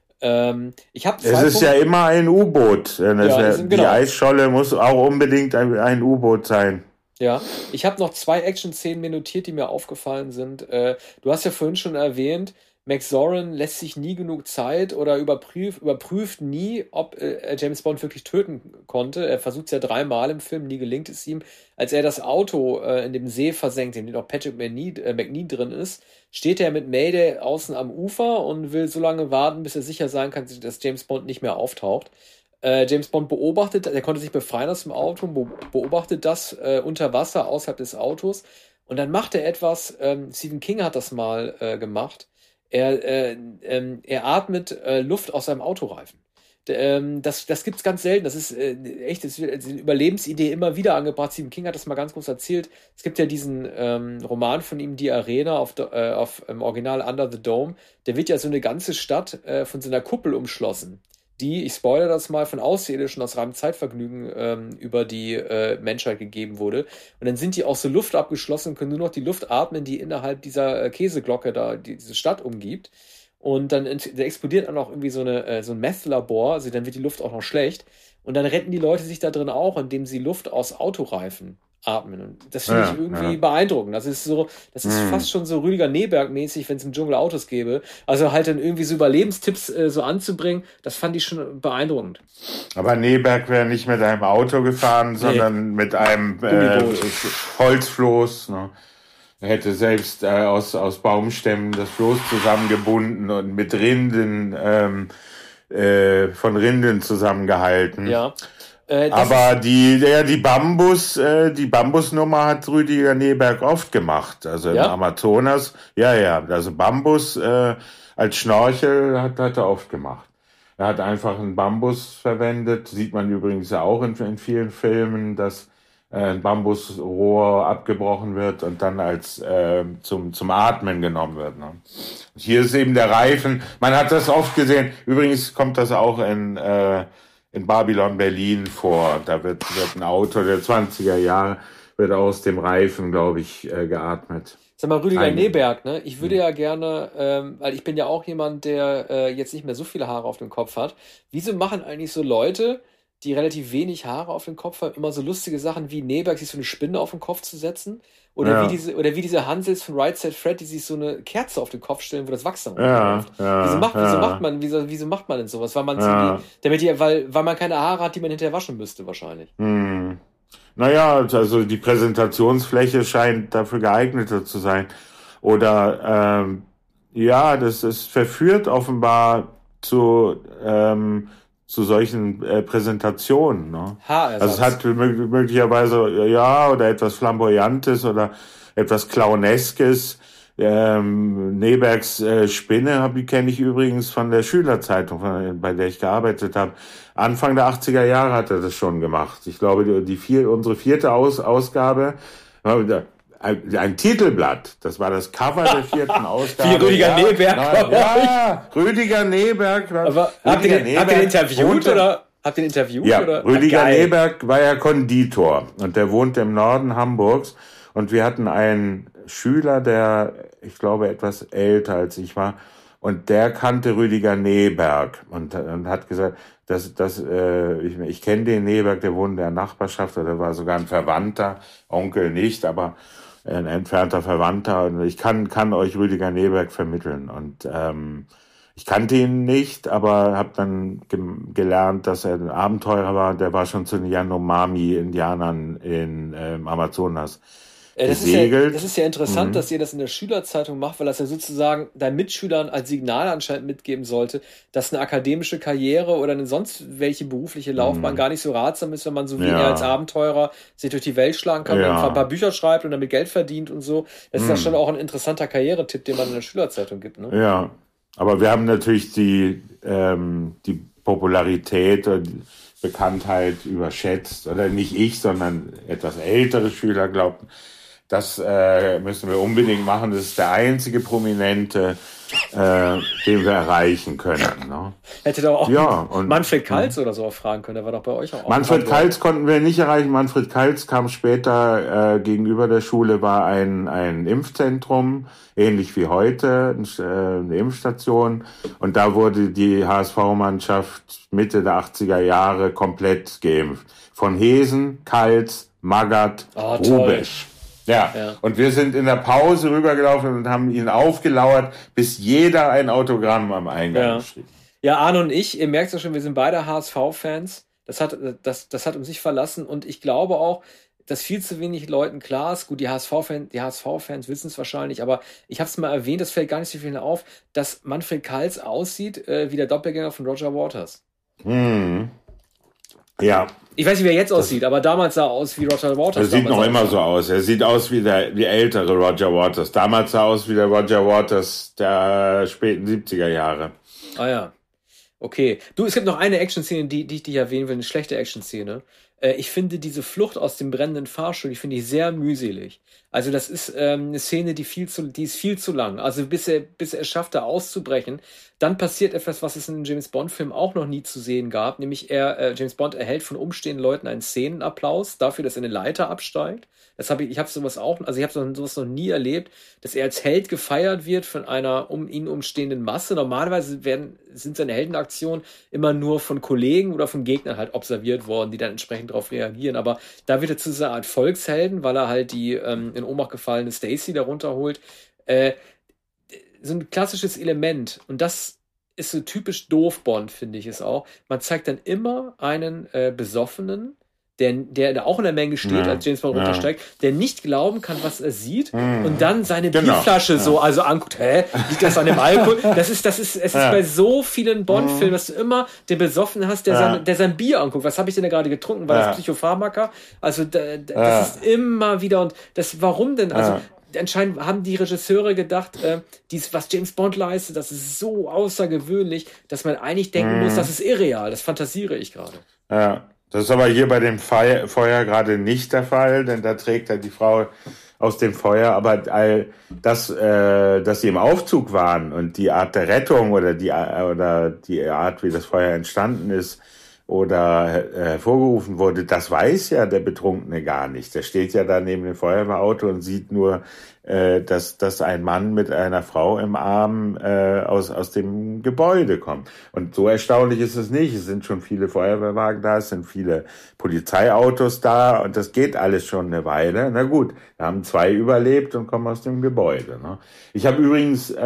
Es ist ja immer ein U-Boot. Die Eisscholle muss auch unbedingt ein U-Boot sein. Ja, ich habe noch 2 Action-Szenen mir notiert, die mir aufgefallen sind. Du hast ja vorhin schon erwähnt, Max Zorin lässt sich nie genug Zeit oder überprüft nie, ob James Bond wirklich töten konnte. Er versucht es ja 3-mal im Film, nie gelingt es ihm. Als er das Auto in dem See versenkt, in dem auch Patrick McNee drin ist, steht er mit Mayday außen am Ufer und will so lange warten, bis er sicher sein kann, dass James Bond nicht mehr auftaucht. James Bond beobachtet, er konnte sich befreien aus dem Auto, beobachtet das unter Wasser außerhalb des Autos und dann macht er etwas, Stephen King hat das mal gemacht. Er atmet Luft aus seinem Autoreifen. Das gibt's ganz selten. Das ist echt, das wird die Überlebensidee immer wieder angebracht. Stephen King hat das mal ganz groß erzählt. Es gibt ja diesen Roman von ihm, Die Arena, auf im Original Under the Dome. Der wird ja so eine ganze Stadt von so einer Kuppel umschlossen, die, ich spoilere das mal, von Außerirdischen aus reinem Zeitvergnügen über die Menschheit gegeben wurde. Und dann sind die auch so Luft abgeschlossen und können nur noch die Luft atmen, die innerhalb dieser Käseglocke da diese Stadt umgibt. Und dann explodiert dann auch irgendwie so ein Meth-Labor, also dann wird die Luft auch noch schlecht. Und dann retten die Leute sich da drin auch, indem sie Luft aus Autoreifen atmen. Und das finde ich irgendwie beeindruckend. Das ist fast schon so Rüdiger Neberg-mäßig, wenn es im Dschungel Autos gäbe. Also halt dann irgendwie so Überlebenstipps so anzubringen, das fand ich schon beeindruckend. Aber Neberg wäre nicht mit einem Auto gefahren, sondern mit einem Holzfloß. Ne? Er hätte selbst aus Baumstämmen das Floß zusammengebunden und mit Rinden von Rinden zusammengehalten. Ja. Aber die Bambusnummer hat Rüdiger Neberg oft gemacht. Also im Amazonas. Ja. Also Bambus als Schnorchel hat er oft gemacht. Er hat einfach einen Bambus verwendet. Sieht man übrigens ja auch in vielen Filmen, dass ein Bambusrohr abgebrochen wird und dann als zum Atmen genommen wird. Ne? Hier ist eben der Reifen. Man hat das oft gesehen. Übrigens kommt das auch in Babylon Berlin vor. Da wird ein Auto der 20er Jahre wird aus dem Reifen, glaube ich, geatmet. Sag mal, Rüdiger Neberg, ne? Ich würde ja gerne, weil ich bin ja auch jemand, der jetzt nicht mehr so viele Haare auf dem Kopf hat. Wieso machen eigentlich so Leute, die relativ wenig Haare auf dem Kopf haben, immer so lustige Sachen wie Neberg, sich so eine Spinne auf den Kopf zu setzen? Oder wie diese Hansels von Right Said Fred, die sich so eine Kerze auf den Kopf stellen, wo das Wachs dann runterläuft. Wieso macht man denn sowas? Weil man weil man keine Haare hat, die man hinterher waschen müsste, wahrscheinlich. Naja, also die Präsentationsfläche scheint dafür geeigneter zu sein. Oder das verführt offenbar zu solchen Präsentationen. Ne? Also es hat möglicherweise oder etwas Flamboyantes oder etwas Clowneskes. Nebergs Spinne kenne ich übrigens von der Schülerzeitung, bei der ich gearbeitet habe. Anfang der 80er Jahre hat er das schon gemacht. Ich glaube, unsere 4. Ausgabe, ein Titelblatt, das war das Cover der 4. Ausgabe. Wie Rüdiger Neberg. Rüdiger Neberg. Aber habt ihr den interviewt oder? Habt ihr ihn interviewt? Ja, oder? Rüdiger Neberg war ja Konditor und der wohnt im Norden Hamburgs und wir hatten einen Schüler, der, ich glaube, etwas älter als ich war und der kannte Rüdiger Neberg und hat gesagt, ich kenne den Neberg, der wohnt in der Nachbarschaft oder war sogar ein Verwandter, Onkel nicht, aber ein entfernter Verwandter und ich kann euch Rüdiger Neberg vermitteln und ich kannte ihn nicht, aber habe dann gelernt, dass er ein Abenteurer war. Der war schon zu den Yanomami-Indianern in Amazonas gesegelt. Das ist ja interessant, dass ihr das in der Schülerzeitung macht, weil das ja sozusagen deinen Mitschülern als Signal anscheinend mitgeben sollte, dass eine akademische Karriere oder eine sonst welche berufliche Laufbahn gar nicht so ratsam ist, wenn man so wie er als Abenteurer sich durch die Welt schlagen kann und ein paar Bücher schreibt und damit Geld verdient und so. Das ist ja schon auch ein interessanter Karrieretipp, den man in der Schülerzeitung gibt. Ne? Ja. Aber wir haben natürlich die Popularität und die Bekanntheit überschätzt. Oder nicht ich, sondern etwas ältere Schüler glaubten, das müssen wir unbedingt machen. Das ist der einzige Prominente, den wir erreichen können. Ne? Hättet auch Manfred Kaltz oder so fragen können. Der war doch bei euch auch. Manfred Kaltz konnten wir nicht erreichen. Manfred Kaltz kam später, gegenüber der Schule war ein Impfzentrum, ähnlich wie heute, eine Impfstation. Und da wurde die HSV-Mannschaft Mitte der 80er Jahre komplett geimpft. Von Hesen, Kaltz, Magath, Rubesch. Ja, und wir sind in der Pause rübergelaufen und haben ihn aufgelauert, bis jeder ein Autogramm am Eingang geschrieben. Ja, Arne und ich, ihr merkt es ja schon, wir sind beide HSV-Fans. Das hat uns nicht verlassen und ich glaube auch, dass viel zu wenig Leuten klar ist. Gut, die HSV-Fans wissen es wahrscheinlich, aber ich habe es mal erwähnt, das fällt gar nicht so vielen auf, dass Manfred Kaltz aussieht wie der Doppelgänger von Roger Waters. Ja. Ich weiß nicht, wie er jetzt aussieht, aber damals sah er aus wie Roger Waters. Er sieht noch immer so aus. Er sieht aus wie wie ältere Roger Waters. Damals sah er aus wie der Roger Waters der späten 70er Jahre. Ah ja. Okay. Du, es gibt noch eine Action-Szene, die ich erwähnen will, eine schlechte Action-Szene. Ich finde diese Flucht aus dem brennenden Fahrstuhl, die finde ich sehr mühselig. Also das ist eine Szene, die ist viel zu lang. Also bis er es schafft, da auszubrechen, dann passiert etwas, was es in einem James-Bond-Film auch noch nie zu sehen gab, nämlich James Bond erhält von umstehenden Leuten einen Szenenapplaus dafür, dass er eine Leiter absteigt. Ich habe sowas noch nie erlebt, dass er als Held gefeiert wird von einer um ihn umstehenden Masse. Normalerweise sind seine Heldenaktionen immer nur von Kollegen oder von Gegnern halt observiert worden, die dann entsprechend entsprechend darauf reagieren. Aber da wird er zu so einer Art Volkshelden, weil er halt die in Ohnmacht gefallene Stacy darunter holt. So ein klassisches Element. Und das ist so typisch doof Bond, finde ich es auch. Man zeigt dann immer einen Besoffenen, der auch in der Menge steht, als James Bond runtersteigt, der nicht glauben kann, was er sieht, und dann seine Bierflasche so anguckt, liegt das an dem Alkohol? Es ist bei so vielen Bond-Filmen, dass du immer den Besoffenen hast, der sein Bier anguckt. Was habe ich denn da gerade getrunken? War das Psychopharmaka? Also das ist immer wieder, und warum denn? Also anscheinend haben die Regisseure gedacht, was James Bond leistet, das ist so außergewöhnlich, dass man eigentlich denken muss, das ist irreal. Das fantasiere ich gerade. Ja. Das ist aber hier bei dem Feuer gerade nicht der Fall, denn da trägt er die Frau aus dem Feuer. Aber dass sie im Aufzug waren und die Art der Rettung oder die Art, wie das Feuer entstanden ist oder hervorgerufen wurde, das weiß ja der Betrunkene gar nicht. Der steht ja da neben dem Feuerwehrauto und sieht nur, dass ein Mann mit einer Frau im Arm aus dem Gebäude kommt. Und so erstaunlich ist es nicht. Es sind schon viele Feuerwehrwagen da, es sind viele Polizeiautos da und das geht alles schon eine Weile. Na gut, da haben 2 überlebt und kommen aus dem Gebäude. Ne? Ich habe übrigens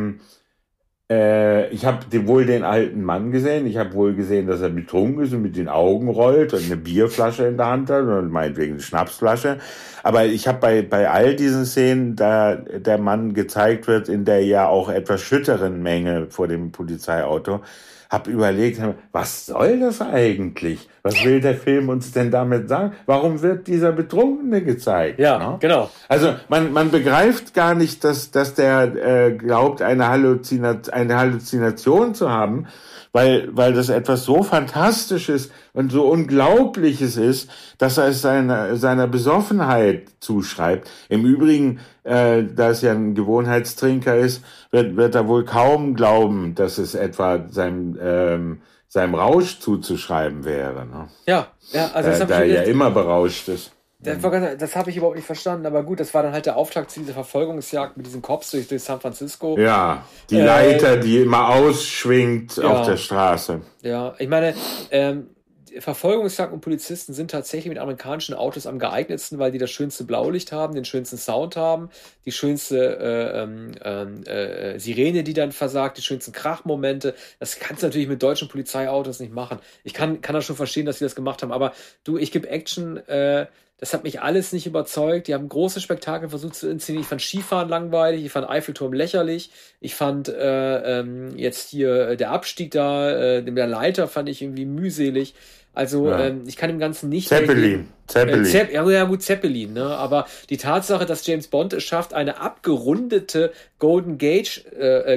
ich habe wohl den alten Mann gesehen. Ich habe wohl gesehen, dass er betrunken ist und mit den Augen rollt und eine Bierflasche in der Hand hat und meinetwegen eine Schnapsflasche. Aber ich habe bei all diesen Szenen, da der Mann gezeigt wird in der ja auch etwas schütteren Menge vor dem Polizeiauto, habe überlegt, was soll das eigentlich? Was will der Film uns denn damit sagen? Warum wird dieser Betrunkene gezeigt? Ja, no? Genau. Also man begreift gar nicht, dass der glaubt, eine Halluzination zu haben, weil das etwas so Fantastisches und so Unglaubliches ist, dass er es seiner Besoffenheit zuschreibt. Im Übrigen, da es ja ein Gewohnheitstrinker ist, wird er wohl kaum glauben, dass es etwa seinem Rausch zuzuschreiben wäre. Ne? Ja, also da er ja immer berauscht ist. Das habe ich überhaupt nicht verstanden, aber gut, das war dann halt der Auftakt zu dieser Verfolgungsjagd mit diesen Cops durch San Francisco. Ja, die Leiter, die immer ausschwingt auf der Straße. Ja, ich meine, Verfolgungsjagd und Polizisten sind tatsächlich mit amerikanischen Autos am geeignetsten, weil die das schönste Blaulicht haben, den schönsten Sound haben, die schönste Sirene, die dann versagt, die schönsten Krachmomente. Das kannst du natürlich mit deutschen Polizeiautos nicht machen. Ich kann das schon verstehen, dass sie das gemacht haben, aber du, ich gebe Action, das hat mich alles nicht überzeugt. Die haben große Spektakel versucht zu inszenieren. Ich fand Skifahren langweilig, ich fand Eiffelturm lächerlich, ich fand jetzt hier der Abstieg da, mit der Leiter fand ich irgendwie mühselig. Also ich kann dem Ganzen nicht... Zeppelin. Zeppelin, ne? Aber die Tatsache, dass James Bond es schafft, eine abgerundete Golden Gate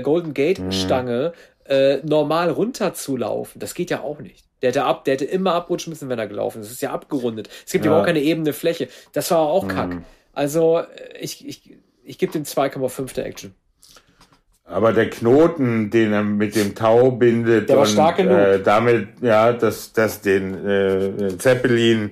Stange normal runterzulaufen, das geht ja auch nicht. Der hätte immer abrutschen müssen, wenn er gelaufen ist. Das ist ja abgerundet. Es gibt ja auch keine ebene Fläche. Das war auch Kack. Also ich gebe dem 2,5 der Action. Aber der Knoten, den er mit dem Tau bindet, der war stark genug. Damit, dass den Zeppelin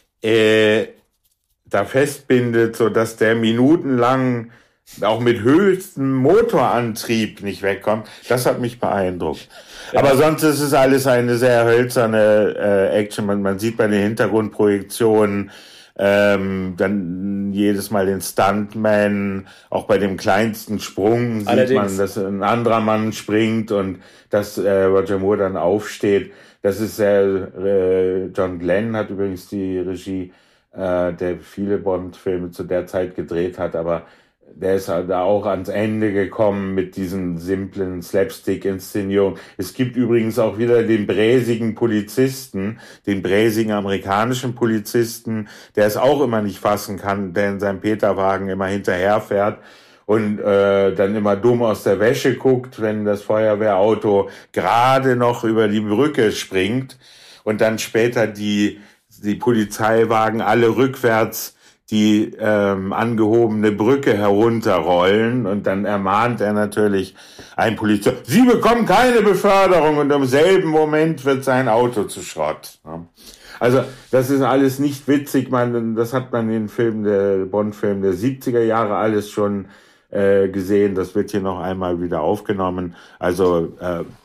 da festbindet, so dass der minutenlang auch mit höchstem Motorantrieb nicht wegkommt, das hat mich beeindruckt. Ja. Aber sonst ist es alles eine sehr hölzerne Action. Man sieht bei den Hintergrundprojektionen dann jedes Mal den Stuntman, auch bei dem kleinsten Sprung sieht man, dass ein anderer Mann springt und dass Roger Moore dann aufsteht. Das ist John Glenn hat übrigens die Regie, der viele Bond-Filme zu der Zeit gedreht hat, aber der ist halt da auch ans Ende gekommen mit diesen simplen Slapstick-Inszenierungen. Es gibt übrigens auch wieder den bräsigen Polizisten, den bräsigen amerikanischen Polizisten, der es auch immer nicht fassen kann, der in seinem Peterwagen immer hinterherfährt und dann immer dumm aus der Wäsche guckt, wenn das Feuerwehrauto gerade noch über die Brücke springt und dann später die Polizeiwagen alle rückwärts die angehobene Brücke herunterrollen und dann ermahnt er natürlich einen Polizist, Sie bekommen keine Beförderung und im selben Moment wird sein Auto zu Schrott. Also das ist alles nicht witzig, das hat man in den Bond-Filmen der 70er Jahre alles schon gesehen, das wird hier noch einmal wieder aufgenommen. Also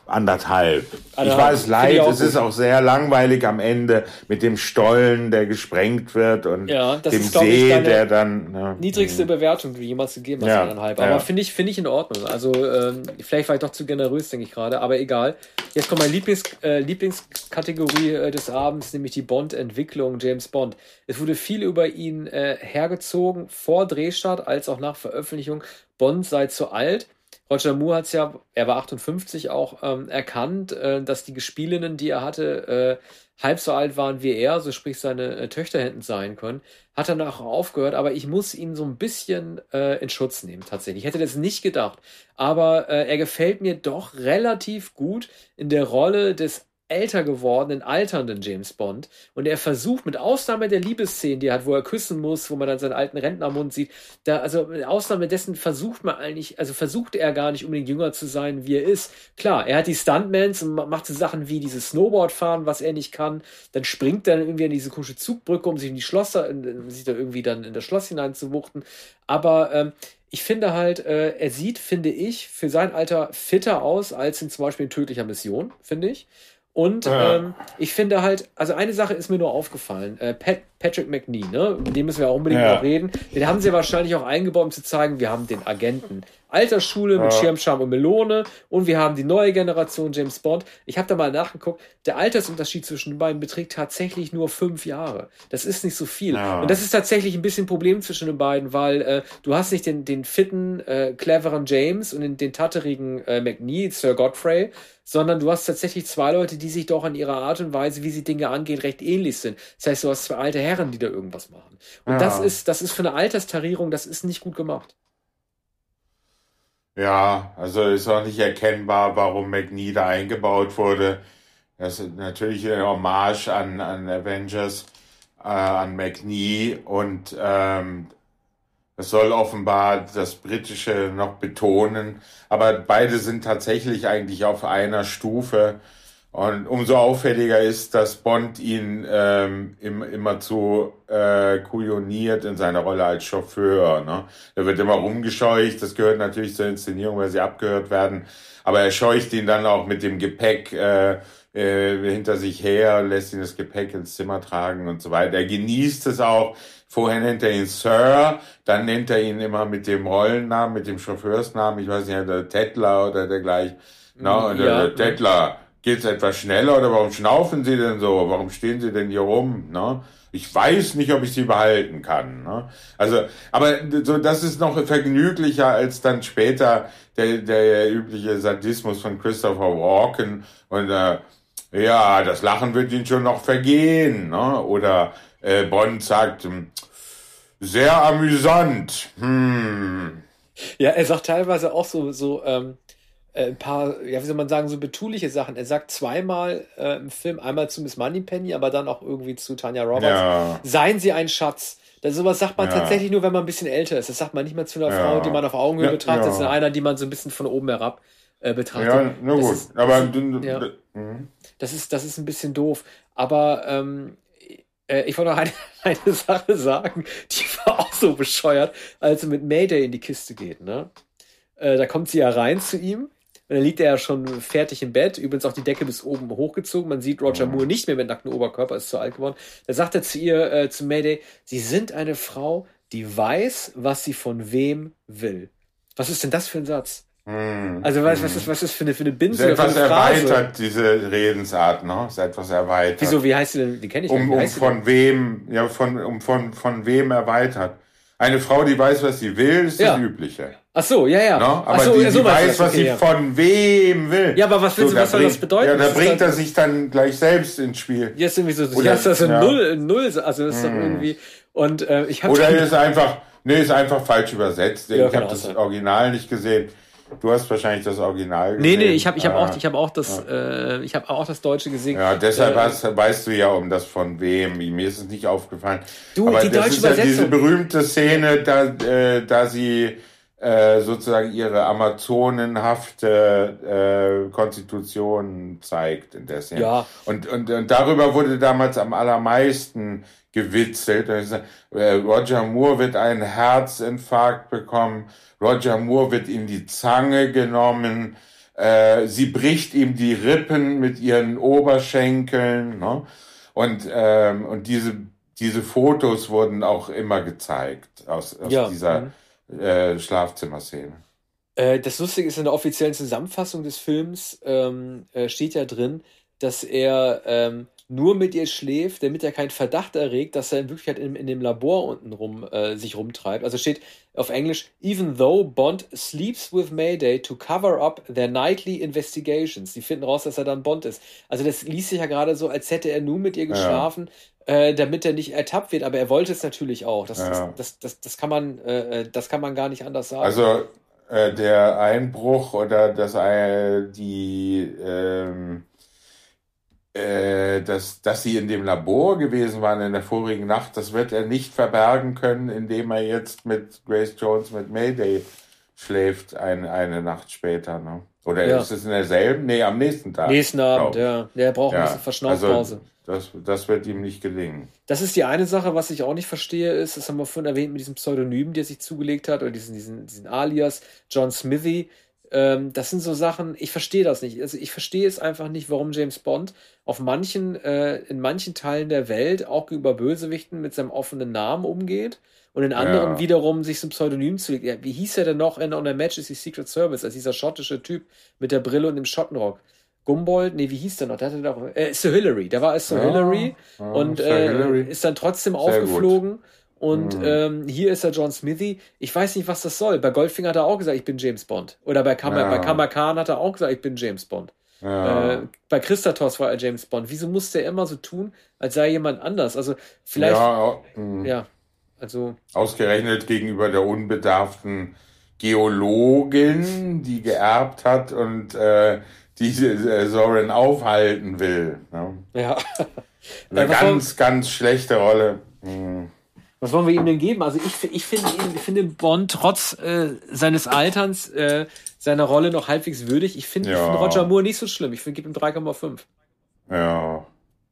anderthalb. Ich Anderthalb. weiß leid, Finde ich auch es ist gut. auch sehr langweilig am Ende mit dem Stollen, der gesprengt wird und Ja, das dem ist, glaube ich, See, deine der dann... Ne, niedrigste Bewertung, die du jemals gegeben hast, ja, 1,5. Aber ja. finde ich in Ordnung. Also vielleicht war ich doch zu generös, denke ich gerade. Aber egal. Jetzt kommt meine Lieblingskategorie des Abends, nämlich die Bond-Entwicklung, James Bond. Es wurde viel über ihn hergezogen, vor Drehstart als auch nach Veröffentlichung. Bond sei zu alt. Roger Moore hat es ja, er war 58, auch erkannt, dass die Gespielinnen, die er hatte, halb so alt waren wie er, so sprich seine Töchter hätten sein können. Hat dann auch aufgehört, aber ich muss ihn so ein bisschen in Schutz nehmen, tatsächlich. Ich hätte das nicht gedacht, aber er gefällt mir doch relativ gut in der Rolle des älter gewordenen, alternden James Bond. Und er versucht, mit Ausnahme der Liebesszenen, die er hat, wo er küssen muss, wo man dann seinen alten Rentnermund sieht, also mit Ausnahme dessen versucht er gar nicht unbedingt jünger zu sein, wie er ist. Klar, er hat die Stuntmans und macht so Sachen wie dieses Snowboardfahren, was er nicht kann. Dann springt er irgendwie an diese komische Zugbrücke, um sich in die Schlosser, sich da irgendwie dann in das Schloss hineinzuwuchten. Aber ich finde halt, er sieht, finde ich, für sein Alter fitter aus als in zum Beispiel in Tödlicher Mission, finde ich. Und ich finde halt, also eine Sache ist mir nur aufgefallen, Patrick Macnee, ne? Mit dem müssen wir auch unbedingt noch reden. Den haben sie wahrscheinlich auch eingebaut, um zu zeigen, wir haben den Agenten Altersschule mit Schirmscham und Melone und wir haben die neue Generation James Bond. Ich habe da mal nachgeguckt, der Altersunterschied zwischen den beiden beträgt tatsächlich nur 5 Jahre. Das ist nicht so viel. Und das ist tatsächlich ein bisschen ein Problem zwischen den beiden, weil du hast nicht den fitten, cleveren James und den tatterigen Macnee, Sir Godfrey, sondern du hast tatsächlich zwei Leute, die sich doch an ihrer Art und Weise, wie sie Dinge angehen, recht ähnlich sind. Das heißt, du hast zwei alte Herren, die da irgendwas machen. Und das ist für eine Alterstarierung, das ist nicht gut gemacht. Ja, also ist auch nicht erkennbar, warum Macnee da eingebaut wurde. Das ist natürlich eine Hommage an Avengers, an Macnee und es soll offenbar das Britische noch betonen, aber beide sind tatsächlich eigentlich auf einer Stufe. Und umso auffälliger ist, dass Bond ihn immerzu kujoniert in seiner Rolle als Chauffeur. Ne? Er wird immer rumgescheucht, das gehört natürlich zur Inszenierung, weil sie abgehört werden. Aber er scheucht ihn dann auch mit dem Gepäck hinter sich her, lässt ihn das Gepäck ins Zimmer tragen und so weiter. Er genießt es auch. Vorher nennt er ihn Sir, dann nennt er ihn immer mit dem Rollennamen, mit dem Chauffeursnamen, ich weiß nicht, der Tettler oder dergleichen. No, und der Tettler, geht's etwas schneller oder warum schnaufen Sie denn so? Warum stehen Sie denn hier rum? Ne? Ich weiß nicht, ob ich Sie behalten kann. Ne? Also, aber so, das ist noch vergnüglicher als dann später der übliche Sadismus von Christopher Walken und ja, das Lachen wird Ihnen schon noch vergehen. Ne? Oder Bond sagt, sehr amüsant. Ja, er sagt teilweise auch so ein paar, ja, wie soll man sagen, so betuliche Sachen. Er sagt zweimal im Film, einmal zu Miss Moneypenny, aber dann auch irgendwie zu Tanya Roberts, seien Sie ein Schatz. Sowas sagt man tatsächlich nur, wenn man ein bisschen älter ist. Das sagt man nicht mehr zu einer Frau, die man auf Augenhöhe betrachtet, sondern einer, die man so ein bisschen von oben herab betrachtet. Ja, na gut. Das ist ein bisschen doof. Aber ich wollte noch eine Sache sagen, die war auch so bescheuert, als er mit Mayday in die Kiste geht, ne? Da kommt sie ja rein zu ihm. Und dann liegt er ja schon fertig im Bett. Übrigens auch die Decke bis oben hochgezogen. Man sieht Roger Moore nicht mehr mit nacktem Oberkörper, ist zu alt geworden. Da sagt er zu ihr, zu Mayday, Sie sind eine Frau, die weiß, was sie von wem will. Was ist denn das für ein Satz? Also was ist für eine Binse? Ist etwas erweitert, diese Redensart, ne? Ist etwas erweitert. Wieso, wie heißt sie denn? Die kenne ich nicht. Von wem erweitert. Eine Frau, die weiß, was sie will, ist das Übliche. Ach so, ja. No? Aber die weiß, was sie von wem will. Ja, aber was soll das bedeuten? Ja, da bringt er sich dann gleich selbst ins Spiel. Jetzt irgendwie so, das ist null, also das ist doch irgendwie, und ich habe... Oder ist einfach falsch übersetzt. Ich habe das Original nicht gesehen. Du hast wahrscheinlich das Original gesehen. Nee, ich habe auch das Deutsche gesehen. Ja, deshalb weißt du ja um das von wem. Mir ist es nicht aufgefallen. Aber die das deutsche ist ja Übersetzung. diese berühmte Szene, da sie sozusagen ihre amazonenhafte Konstitution zeigt in der Szene. Ja. Und darüber wurde damals am allermeisten gewitzelt. Roger Moore wird einen Herzinfarkt bekommen. Roger Moore wird in die Zange genommen. Sie bricht ihm die Rippen mit ihren Oberschenkeln, ne? Und diese Fotos wurden auch immer gezeigt aus Ja. dieser Schlafzimmerszene. Das Lustige ist, in der offiziellen Zusammenfassung des Films steht ja drin, dass er nur mit ihr schläft, damit er keinen Verdacht erregt, dass er in Wirklichkeit in dem Labor unten sich rumtreibt. Also steht auf Englisch, even though Bond sleeps with Mayday to cover up their nightly investigations. Die finden raus, dass er dann Bond ist. Also das liest sich ja gerade so, als hätte er nur mit ihr geschlafen, damit er nicht ertappt wird. Aber er wollte es natürlich auch. Das kann man gar nicht anders sagen. Also der Einbruch oder dass sie in dem Labor gewesen waren in der vorigen Nacht, das wird er nicht verbergen können, indem er jetzt mit Grace Jones mit Mayday schläft eine Nacht später. Ne? Oder ist es in derselben? Nee, am nächsten Tag. Nächsten Abend, ja. Der braucht ein bisschen Verschnaufpause. Also, das wird ihm nicht gelingen. Das ist die eine Sache, was ich auch nicht verstehe, ist, das haben wir vorhin erwähnt, mit diesem Pseudonym, der sich zugelegt hat, oder diesen Alias, John Smithy. Das sind so Sachen, ich verstehe das nicht. Also ich verstehe es einfach nicht, warum James Bond in manchen Teilen der Welt auch gegenüber Bösewichten mit seinem offenen Namen umgeht und in anderen wiederum sich so ein Pseudonym zulegt. Ja, wie hieß er denn noch in On a Majesty's Secret Service, als dieser schottische Typ mit der Brille und dem Schottenrock? Gumboldt? Nee, wie hieß der noch? Der hatte doch Sir Hilary. Der war als Sir Hilary und ist dann trotzdem aufgeflogen. Und hier ist er John Smithy. Ich weiß nicht, was das soll. Bei Goldfinger hat er auch gesagt, ich bin James Bond. Oder bei Kamakan hat er auch gesagt, ich bin James Bond. Ja. Bei Christatos war er James Bond. Wieso musste er immer so tun, als sei jemand anders? Also vielleicht... also... Ausgerechnet gegenüber der unbedarften Geologin, die geerbt hat und die Soren aufhalten will. Ne? Ja. Eine ganz schlechte Rolle. Was wollen wir ihm denn geben? Also ich finde Bond trotz seines Alterns, seiner Rolle noch halbwegs würdig. Ich finde Roger Moore nicht so schlimm. Ich gebe ihm 3,5. Ja.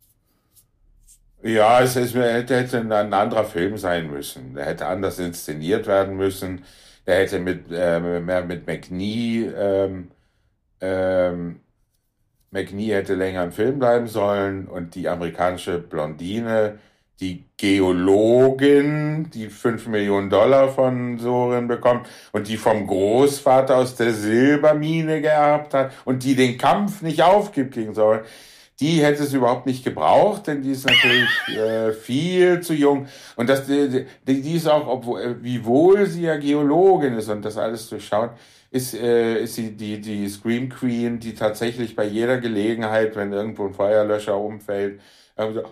Ja, es hätte ein anderer Film sein müssen. Der hätte anders inszeniert werden müssen. Der hätte mehr mit McNee hätte länger im Film bleiben sollen und die amerikanische Blondine, die Geologin, die $5 Millionen von Soren bekommt und die vom Großvater aus der Silbermine geerbt hat und die den Kampf nicht aufgibt gegen Soren, die hätte es überhaupt nicht gebraucht, denn die ist natürlich viel zu jung. Und die ist auch, wiewohl sie ja Geologin ist und das alles durchschaut, ist sie die Scream Queen, die tatsächlich bei jeder Gelegenheit, wenn irgendwo ein Feuerlöscher umfällt, so,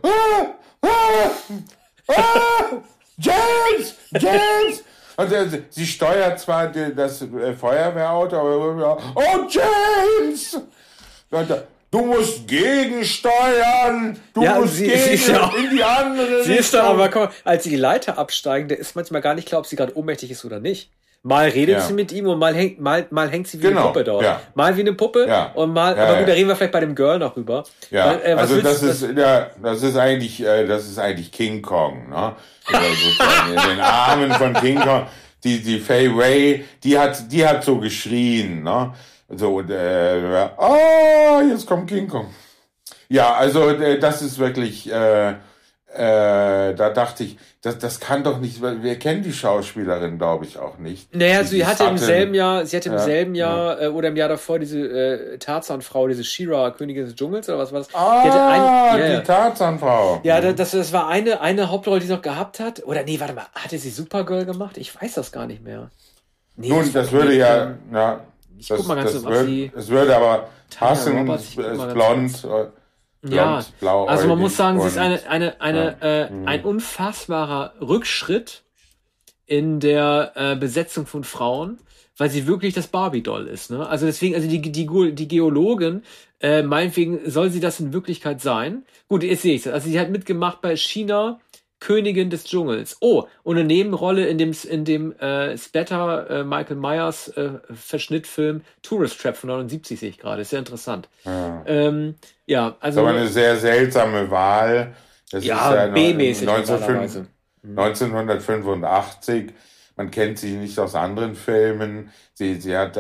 James! Und sie steuert zwar das Feuerwehrauto, aber James! Du musst gegensteuern! Du musst in die andere Sie ist doch aber, komm, als sie die Leiter absteigen, der ist manchmal gar nicht klar, ob sie gerade ohnmächtig ist oder nicht. Mal redet sie mit ihm und mal hängt sie wie eine Puppe dort. Ja. Mal wie eine Puppe und mal, aber gut, da reden wir vielleicht bei dem Girl noch rüber. Ja, also das ist eigentlich King Kong, ne? In den Armen von King Kong. Die Fay Wray, die hat so geschrien, ne? So, und, jetzt kommt King Kong. Ja, also, das ist wirklich, da dachte ich, das kann doch nicht, wir kennen die Schauspielerin, glaube ich, auch nicht. Naja, sie hatte im selben Jahr oder im Jahr davor diese Tarzan-Frau, diese She-Ra, Königin des Dschungels, oder was war das? Die Tarzan-Frau. Ja, das war eine Hauptrolle, die sie noch gehabt hat. Oder nee, warte mal, hatte sie Supergirl gemacht? Ich weiß das gar nicht mehr. Nee, nun, das würde ich guck mal ganz so, was sie... Es würde aber passen, ist blond... Ja, also man muss sagen, sie ist ein unfassbarer Rückschritt in der Besetzung von Frauen, weil sie wirklich das Barbie-Doll ist. Ne? Also deswegen, also die Geologin, meinetwegen soll sie das in Wirklichkeit sein. Gut, jetzt sehe ich das. Also sie hat mitgemacht bei China, Königin des Dschungels. Oh, und eine Nebenrolle in dem Splatter Michael Myers Verschnittfilm Tourist Trap von 79 sehe ich gerade. Ist sehr interessant. Ja. Also. Das ist aber eine sehr seltsame Wahl. Das ist ja B-mäßig 1985. man kennt sie nicht aus anderen Filmen. Sie hat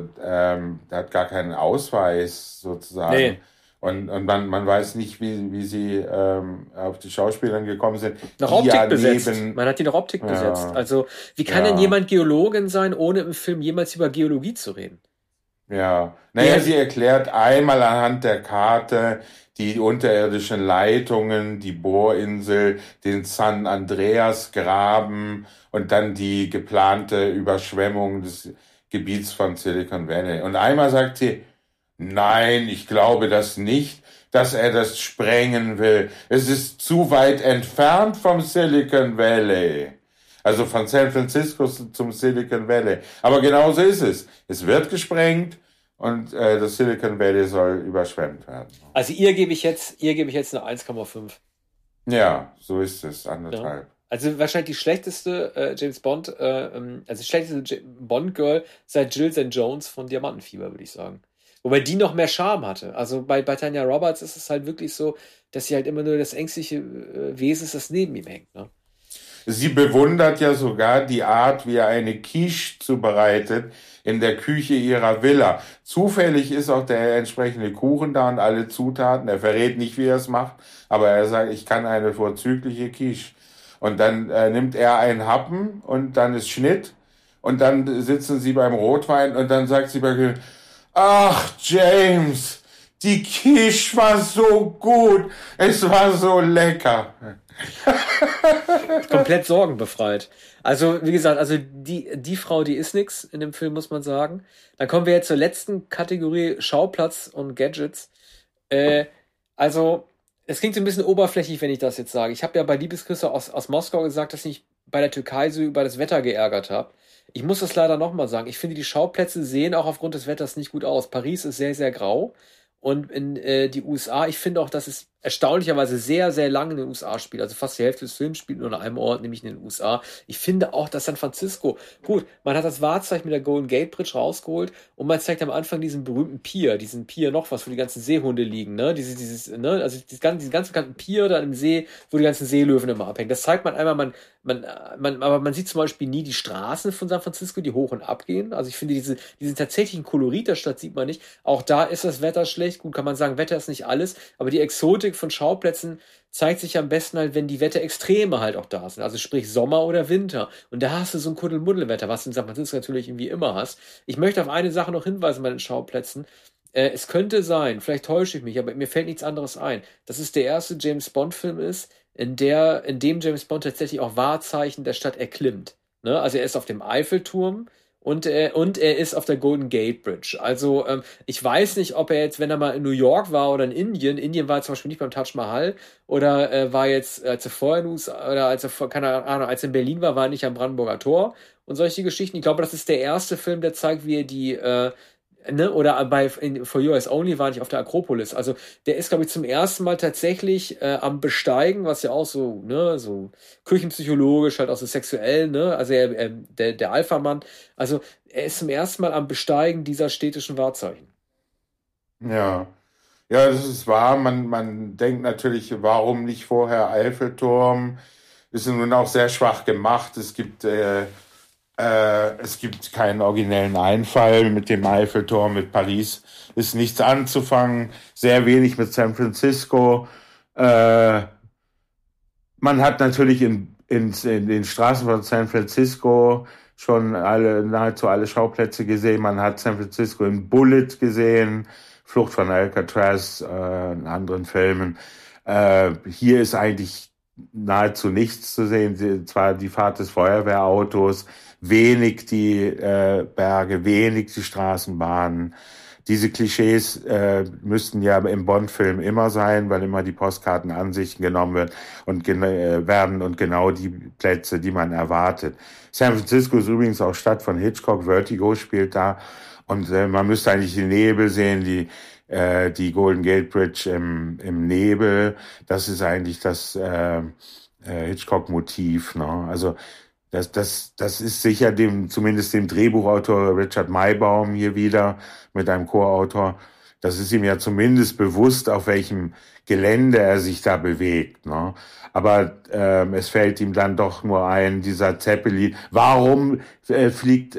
hat gar keinen Ausweis sozusagen. Nee, Und man weiß nicht, wie sie auf die Schauspielerin gekommen sind, nach die ja Optik besetzt. neben, Man hat die nach Optik besetzt. ja, Also, wie kann denn ja. jemand Geologin sein, ohne im Film jemals über Geologie zu reden? Ja, Die naja, hat, sie erklärt einmal anhand der Karte die unterirdischen Leitungen, die Bohrinsel, den San Andreas Graben und dann die geplante Überschwemmung des Gebiets von Silicon Valley. Und einmal sagt sie, nein, ich glaube das nicht, dass er das sprengen will. Es ist zu weit entfernt vom Silicon Valley. Also von San Francisco zum Silicon Valley. Aber genauso ist es. Es wird gesprengt und das Silicon Valley soll überschwemmt werden. also ihr gebe ich jetzt eine 1,5. Ja, so ist es, Ja. 1,5. Also wahrscheinlich die schlechteste James Bond, also die schlechteste Bond-Girl seit Jill St. Jones von Diamantenfieber, würde ich sagen. Wobei die noch mehr Charme hatte. Also bei Tanya Roberts ist es halt wirklich so, dass sie halt immer nur das ängstliche Wesen ist, das neben ihm hängt. Ne? Sie bewundert ja sogar die Art, wie er eine Quiche zubereitet in der Küche ihrer Villa. Zufällig ist auch der entsprechende Kuchen da und alle Zutaten. Er verrät nicht, wie er es macht, aber er sagt, ich kann eine vorzügliche Quiche. Und dann nimmt er einen Happen und dann ist Schnitt und dann sitzen sie beim Rotwein und dann sagt sie bei ach, James, die Quiche war so gut, es war so lecker. Komplett sorgenbefreit. Also, wie gesagt, also die Frau, die ist nix in dem Film, muss man sagen. Dann kommen wir jetzt zur letzten Kategorie, Schauplatz und Gadgets. Äh, also, es klingt so ein bisschen oberflächlich, wenn ich das jetzt sage. Ich habe ja bei Liebesküsse aus Moskau gesagt, dass ich mich bei der Türkei so über das Wetter geärgert habe. Ich muss das leider nochmal sagen. Ich finde, die Schauplätze sehen auch aufgrund des Wetters nicht gut aus. Paris ist sehr, sehr grau. Und in die USA, ich finde auch, dass es erstaunlicherweise sehr, sehr lang in den USA spielt. Also fast die Hälfte des Films spielt nur an einem Ort, nämlich in den USA. Ich finde auch, dass San Francisco, gut, man hat das Wahrzeichen mit der Golden Gate Bridge rausgeholt und man zeigt am Anfang diesen Pier noch was, wo die ganzen Seehunde liegen, ne? Also diesen ganz bekannten Pier da im See, wo die ganzen Seelöwen immer abhängen. Das zeigt man einmal, aber man sieht zum Beispiel nie die Straßen von San Francisco, die hoch und ab gehen. Also ich finde, diesen tatsächlichen Kolorit der Stadt sieht man nicht. Auch da ist das Wetter schlecht. Gut, kann man sagen, Wetter ist nicht alles, aber die Exotik von Schauplätzen zeigt sich am besten halt, wenn die Wetterextreme halt auch da sind. Also sprich Sommer oder Winter. Und da hast du so ein Kuddelmuddelwetter, was du in San Francisco natürlich irgendwie immer hast. Ich möchte auf eine Sache noch hinweisen bei den Schauplätzen. Es könnte sein, vielleicht täusche ich mich, aber mir fällt nichts anderes ein, dass es der erste James Bond-Film ist, in dem James Bond tatsächlich auch Wahrzeichen der Stadt erklimmt. Ne? Also er ist auf dem Eiffelturm und er ist auf der Golden Gate Bridge. Also ich weiß nicht, ob er jetzt, wenn er mal in New York war oder in Indien war er zum Beispiel nicht beim Taj Mahal oder war jetzt, als er vorher in den USA, oder keine Ahnung, als er in Berlin war er nicht am Brandenburger Tor und solche Geschichten. Ich glaube, das ist der erste Film, der zeigt, wie er ne, oder For You Eyes Only war nicht auf der Akropolis. Also der ist, glaube ich, zum ersten Mal tatsächlich am Besteigen, was ja auch so, ne, so küchenpsychologisch, halt auch so sexuell, ne, also der Alpha-Mann, also er ist zum ersten Mal am Besteigen dieser städtischen Wahrzeichen. Ja, ja, das ist wahr. Man denkt natürlich, warum nicht vorher Eiffelturm? Ist nun auch sehr schwach gemacht. Es gibt keinen originellen Einfall mit dem Eiffelturm, mit Paris ist nichts anzufangen, sehr wenig mit San Francisco. Man hat natürlich in den Straßen von San Francisco schon nahezu alle Schauplätze gesehen. Man hat San Francisco in Bullitt gesehen, Flucht von Alcatraz, in anderen Filmen. Hier ist eigentlich nahezu nichts zu sehen. Zwar die Fahrt des Feuerwehrautos, wenig die Berge, wenig die Straßenbahnen. Diese Klischees müssten ja im Bond-Film immer sein, weil immer die Postkartenansichten genommen werden und genau die Plätze, die man erwartet. San Francisco ist übrigens auch Stadt von Hitchcock, Vertigo spielt da und man müsste eigentlich den Nebel sehen, die Golden Gate Bridge im Nebel. Das ist eigentlich das Hitchcock-Motiv, ne? Also das ist sicher zumindest dem Drehbuchautor Richard Maibaum hier wieder mit einem Co-Autor Das ist ihm ja zumindest bewusst, auf welchem Gelände er sich da bewegt. Ne? Aber es fällt ihm dann doch nur ein, dieser Zeppelin. Warum fliegt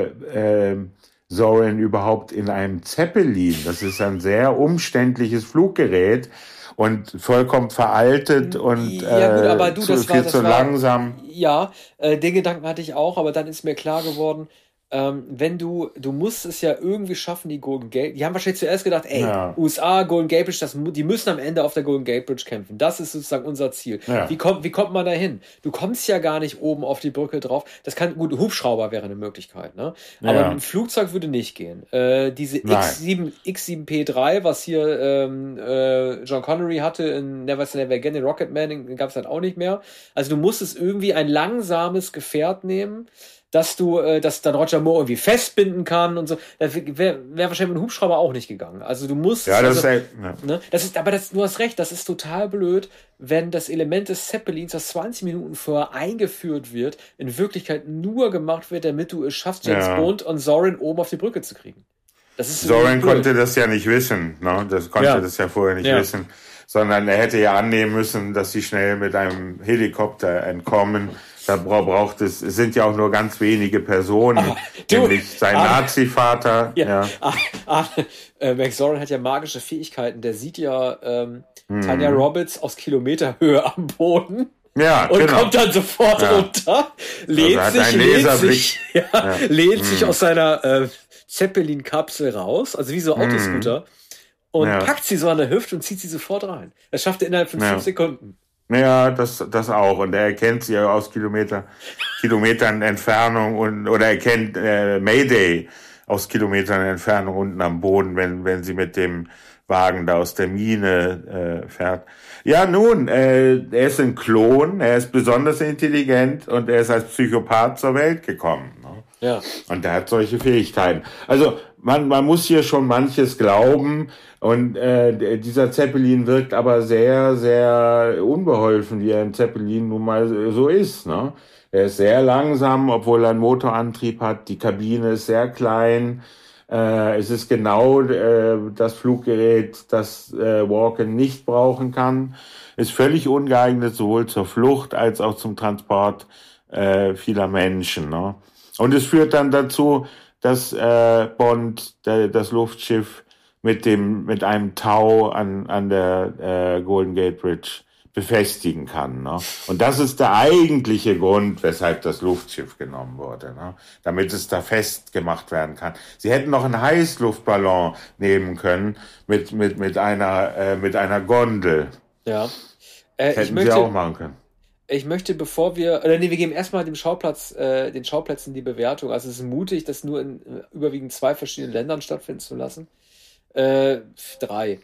Soren überhaupt in einem Zeppelin? Das ist ein sehr umständliches Fluggerät und vollkommen veraltet und Ja gut, aber du, viel zu langsam. Ja, den Gedanken hatte ich auch, aber dann ist mir klar geworden, wenn du musst es ja irgendwie schaffen, die Golden Gate, die haben wahrscheinlich zuerst gedacht, ey, Ja. USA, Golden Gate Bridge, die müssen am Ende auf der Golden Gate Bridge kämpfen. Das ist sozusagen unser Ziel. Ja. Wie kommt man da hin? Du kommst ja gar nicht oben auf die Brücke drauf. Gut, Hubschrauber wäre eine Möglichkeit, ne? Aber Ja. ein Flugzeug würde nicht gehen. Diese Nein. X7P3, was hier John Connery hatte in Never Say Never Again, den Rocketman, den gab es dann auch nicht mehr. Also du musstest irgendwie ein langsames Gefährt nehmen, dass dann Roger Moore irgendwie festbinden kann und so. Das wäre wahrscheinlich mit dem Hubschrauber auch nicht gegangen. Also du musst, Ja, das also, ist, ja. ne, du hast recht, das ist total blöd, wenn das Element des Zeppelins, das 20 Minuten vorher eingeführt wird, in Wirklichkeit nur gemacht wird, damit du es schaffst, James Ja. Bond und Soren oben auf die Brücke zu kriegen. Das ist Soren blöd. konnte das ja nicht wissen, ne? Das konnte Ja. das ja vorher nicht Ja. wissen, sondern er hätte ja annehmen müssen, dass sie schnell mit einem Helikopter entkommen. Da braucht es sind ja auch nur ganz wenige Personen, nämlich sein Nazi-Vater. Ja. Max Zorin hat ja magische Fähigkeiten. Der sieht ja Tanya Roberts aus Kilometerhöhe am Boden. Ja, Und genau. kommt dann sofort runter, lehnt hat einen Laserblick. lehnt sich aus seiner Zeppelin-Kapsel raus, also wie so Autoscooter, und packt sie so an der Hüfte und zieht sie sofort rein. Das schafft er innerhalb von 5 Sekunden. Ja, das auch. Und er erkennt sie ja aus Kilometern Entfernung oder er kennt Mayday aus Kilometern Entfernung unten am Boden, wenn sie mit dem Wagen da aus der Mine fährt. Ja, nun, er ist ein Klon, er ist besonders intelligent und er ist als Psychopath zur Welt gekommen. Ne? Ja. Und er hat solche Fähigkeiten. Also man muss hier schon manches glauben und dieser Zeppelin wirkt aber sehr, sehr unbeholfen, wie er im Zeppelin nun mal so ist. Ne? Er ist sehr langsam, obwohl er einen Motorantrieb hat. Die Kabine ist sehr klein. Es ist genau das Fluggerät, das Walken nicht brauchen kann. Ist völlig ungeeignet, sowohl zur Flucht als auch zum Transport vieler Menschen. Ne? Und es führt dann dazu, dass Bond das Luftschiff mit einem Tau an der Golden Gate Bridge befestigen kann. Ne? Und das ist der eigentliche Grund, weshalb das Luftschiff genommen wurde, ne? Damit es da festgemacht werden kann. Sie hätten noch einen Heißluftballon nehmen können mit einer Gondel. Ja. Hätten sie auch machen können. Ich möchte, wir geben erstmal den Schauplätzen die Bewertung. Also es ist mutig, das nur in überwiegend 2 verschiedenen Ländern stattfinden zu lassen. 3.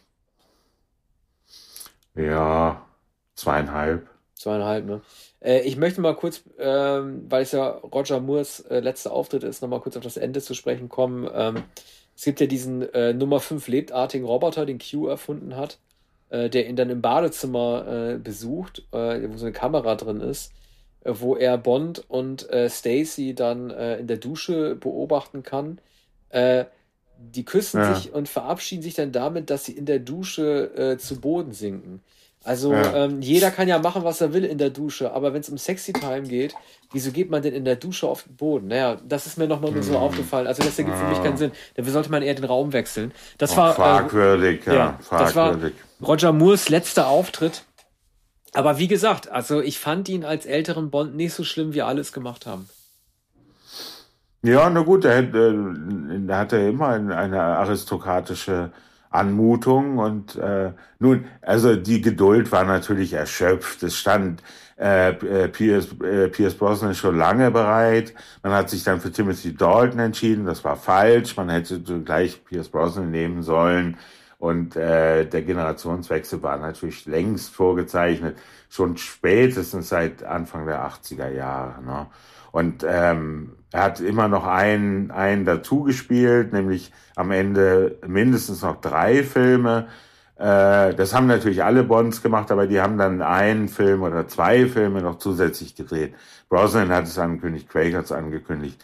Ja, 2,5. 2,5, ne? Ich möchte mal kurz, weil es ja Roger Moores letzter Auftritt ist, nochmal kurz auf das Ende zu sprechen kommen. Es gibt ja diesen Nummer 5 lebartigen Roboter, den Q erfunden hat, der ihn dann im Badezimmer besucht, wo so eine Kamera drin ist, wo er Bond und Stacy dann in der Dusche beobachten kann. Die küssen sich und verabschieden sich dann damit, dass sie in der Dusche zu Boden sinken. Also jeder kann ja machen, was er will in der Dusche, aber wenn es um Sexy Time geht, wieso geht man denn in der Dusche auf den Boden? Naja, das ist mir nochmal nur so aufgefallen. Also das ergibt für mich keinen Sinn. Dafür sollte man eher den Raum wechseln. Das war fragwürdig, fragwürdig. Das war Roger Moores letzter Auftritt. Aber wie gesagt, also ich fand ihn als älteren Bond nicht so schlimm, wie alle es gemacht haben. Ja, na gut, er hatte immer eine aristokratische Anmutung und nun, also die Geduld war natürlich erschöpft. Es stand Pierce Brosnan schon lange bereit. Man hat sich dann für Timothy Dalton entschieden. Das war falsch. Man hätte gleich Pierce Brosnan nehmen sollen. Und der Generationswechsel war natürlich längst vorgezeichnet, schon spätestens seit Anfang der 80er Jahre. Ne? Und er hat immer noch einen dazu gespielt, nämlich am Ende mindestens noch 3 Filme. Das haben natürlich alle Bonds gemacht, aber die haben dann einen Film oder 2 Filme noch zusätzlich gedreht. Brosnan hat es angekündigt, Craig hat es angekündigt.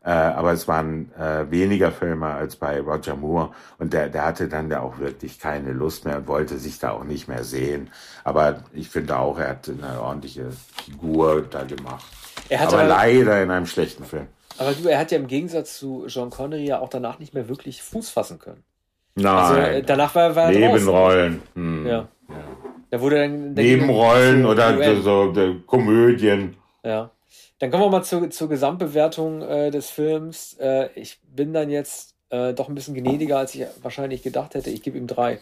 Aber es waren weniger Filme als bei Roger Moore. Und der hatte dann da auch wirklich keine Lust mehr und wollte sich da auch nicht mehr sehen. Aber ich finde auch, er hat eine ordentliche Figur da gemacht. Aber leider in einem schlechten Film. Aber er hat ja im Gegensatz zu Sean Connery ja auch danach nicht mehr wirklich Fuß fassen können. Nein. Also danach war er Nebenrollen. Ja. Da wurde dann Nebenrollen oder so Komödien. Ja. Dann kommen wir mal zur Gesamtbewertung des Films. Ich bin dann jetzt doch ein bisschen gnädiger, als ich wahrscheinlich gedacht hätte. Ich gebe ihm 3.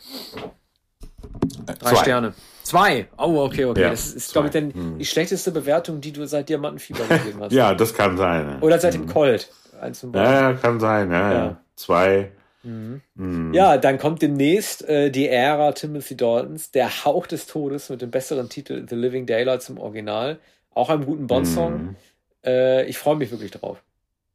3 Sterne. 2. Oh, okay. Ja, das ist, glaube ich, die schlechteste Bewertung, die du seit Diamantenfieber gegeben hast. Ja, das kann sein. Ja. Oder seit dem Colt. Ja, kann sein. Ja. 2. Ja, dann kommt demnächst die Ära Timothy Daltons, Der Hauch des Todes, mit dem besseren Titel The Living Daylights im Original. Auch einem guten Bond-Song. Ich freue mich wirklich drauf.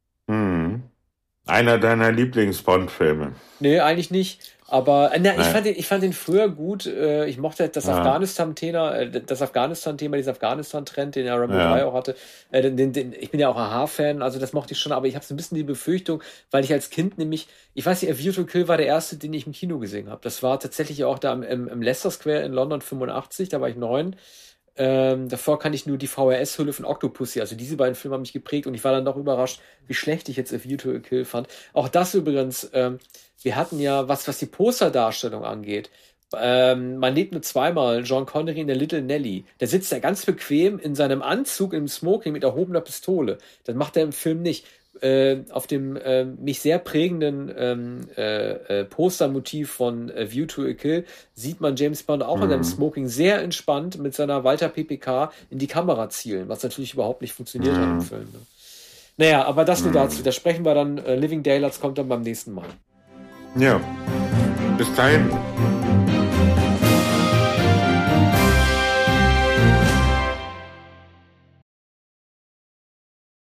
Einer deiner Lieblings-Bond-Filme? Nee, eigentlich nicht. Aber ich fand den früher gut. Ich mochte das Afghanistan-Thema, diesen Afghanistan-Trend, den ja Rambo 3 auch hatte. Ich bin ja auch Aha-Fan, also das mochte ich schon, aber ich habe so ein bisschen die Befürchtung, weil ich als Kind nämlich, ich weiß nicht, A View to Kill war der erste, den ich im Kino gesehen habe. Das war tatsächlich auch da im Leicester Square in London 85, da war ich 9. Davor kannte ich nur die VHS-Hülle von Octopussy. Also diese beiden Filme haben mich geprägt und ich war dann doch überrascht, wie schlecht ich jetzt A View to a Kill fand. Auch das übrigens, wir hatten ja, was die Posterdarstellung angeht, man lebt nur zweimal, Sean Connery in der Little Nelly. Der sitzt da ganz bequem in seinem Anzug, im Smoking mit erhobener Pistole. Das macht er im Film nicht. Auf dem mich sehr prägenden Postermotiv von A View to a Kill sieht man James Bond auch in seinem Smoking sehr entspannt mit seiner Walter PPK in die Kamera zielen, was natürlich überhaupt nicht funktioniert hat im Film. Ne? Naja, aber das nur dazu. Da sprechen wir dann, Living Daylights kommt dann beim nächsten Mal. Ja, bis dahin.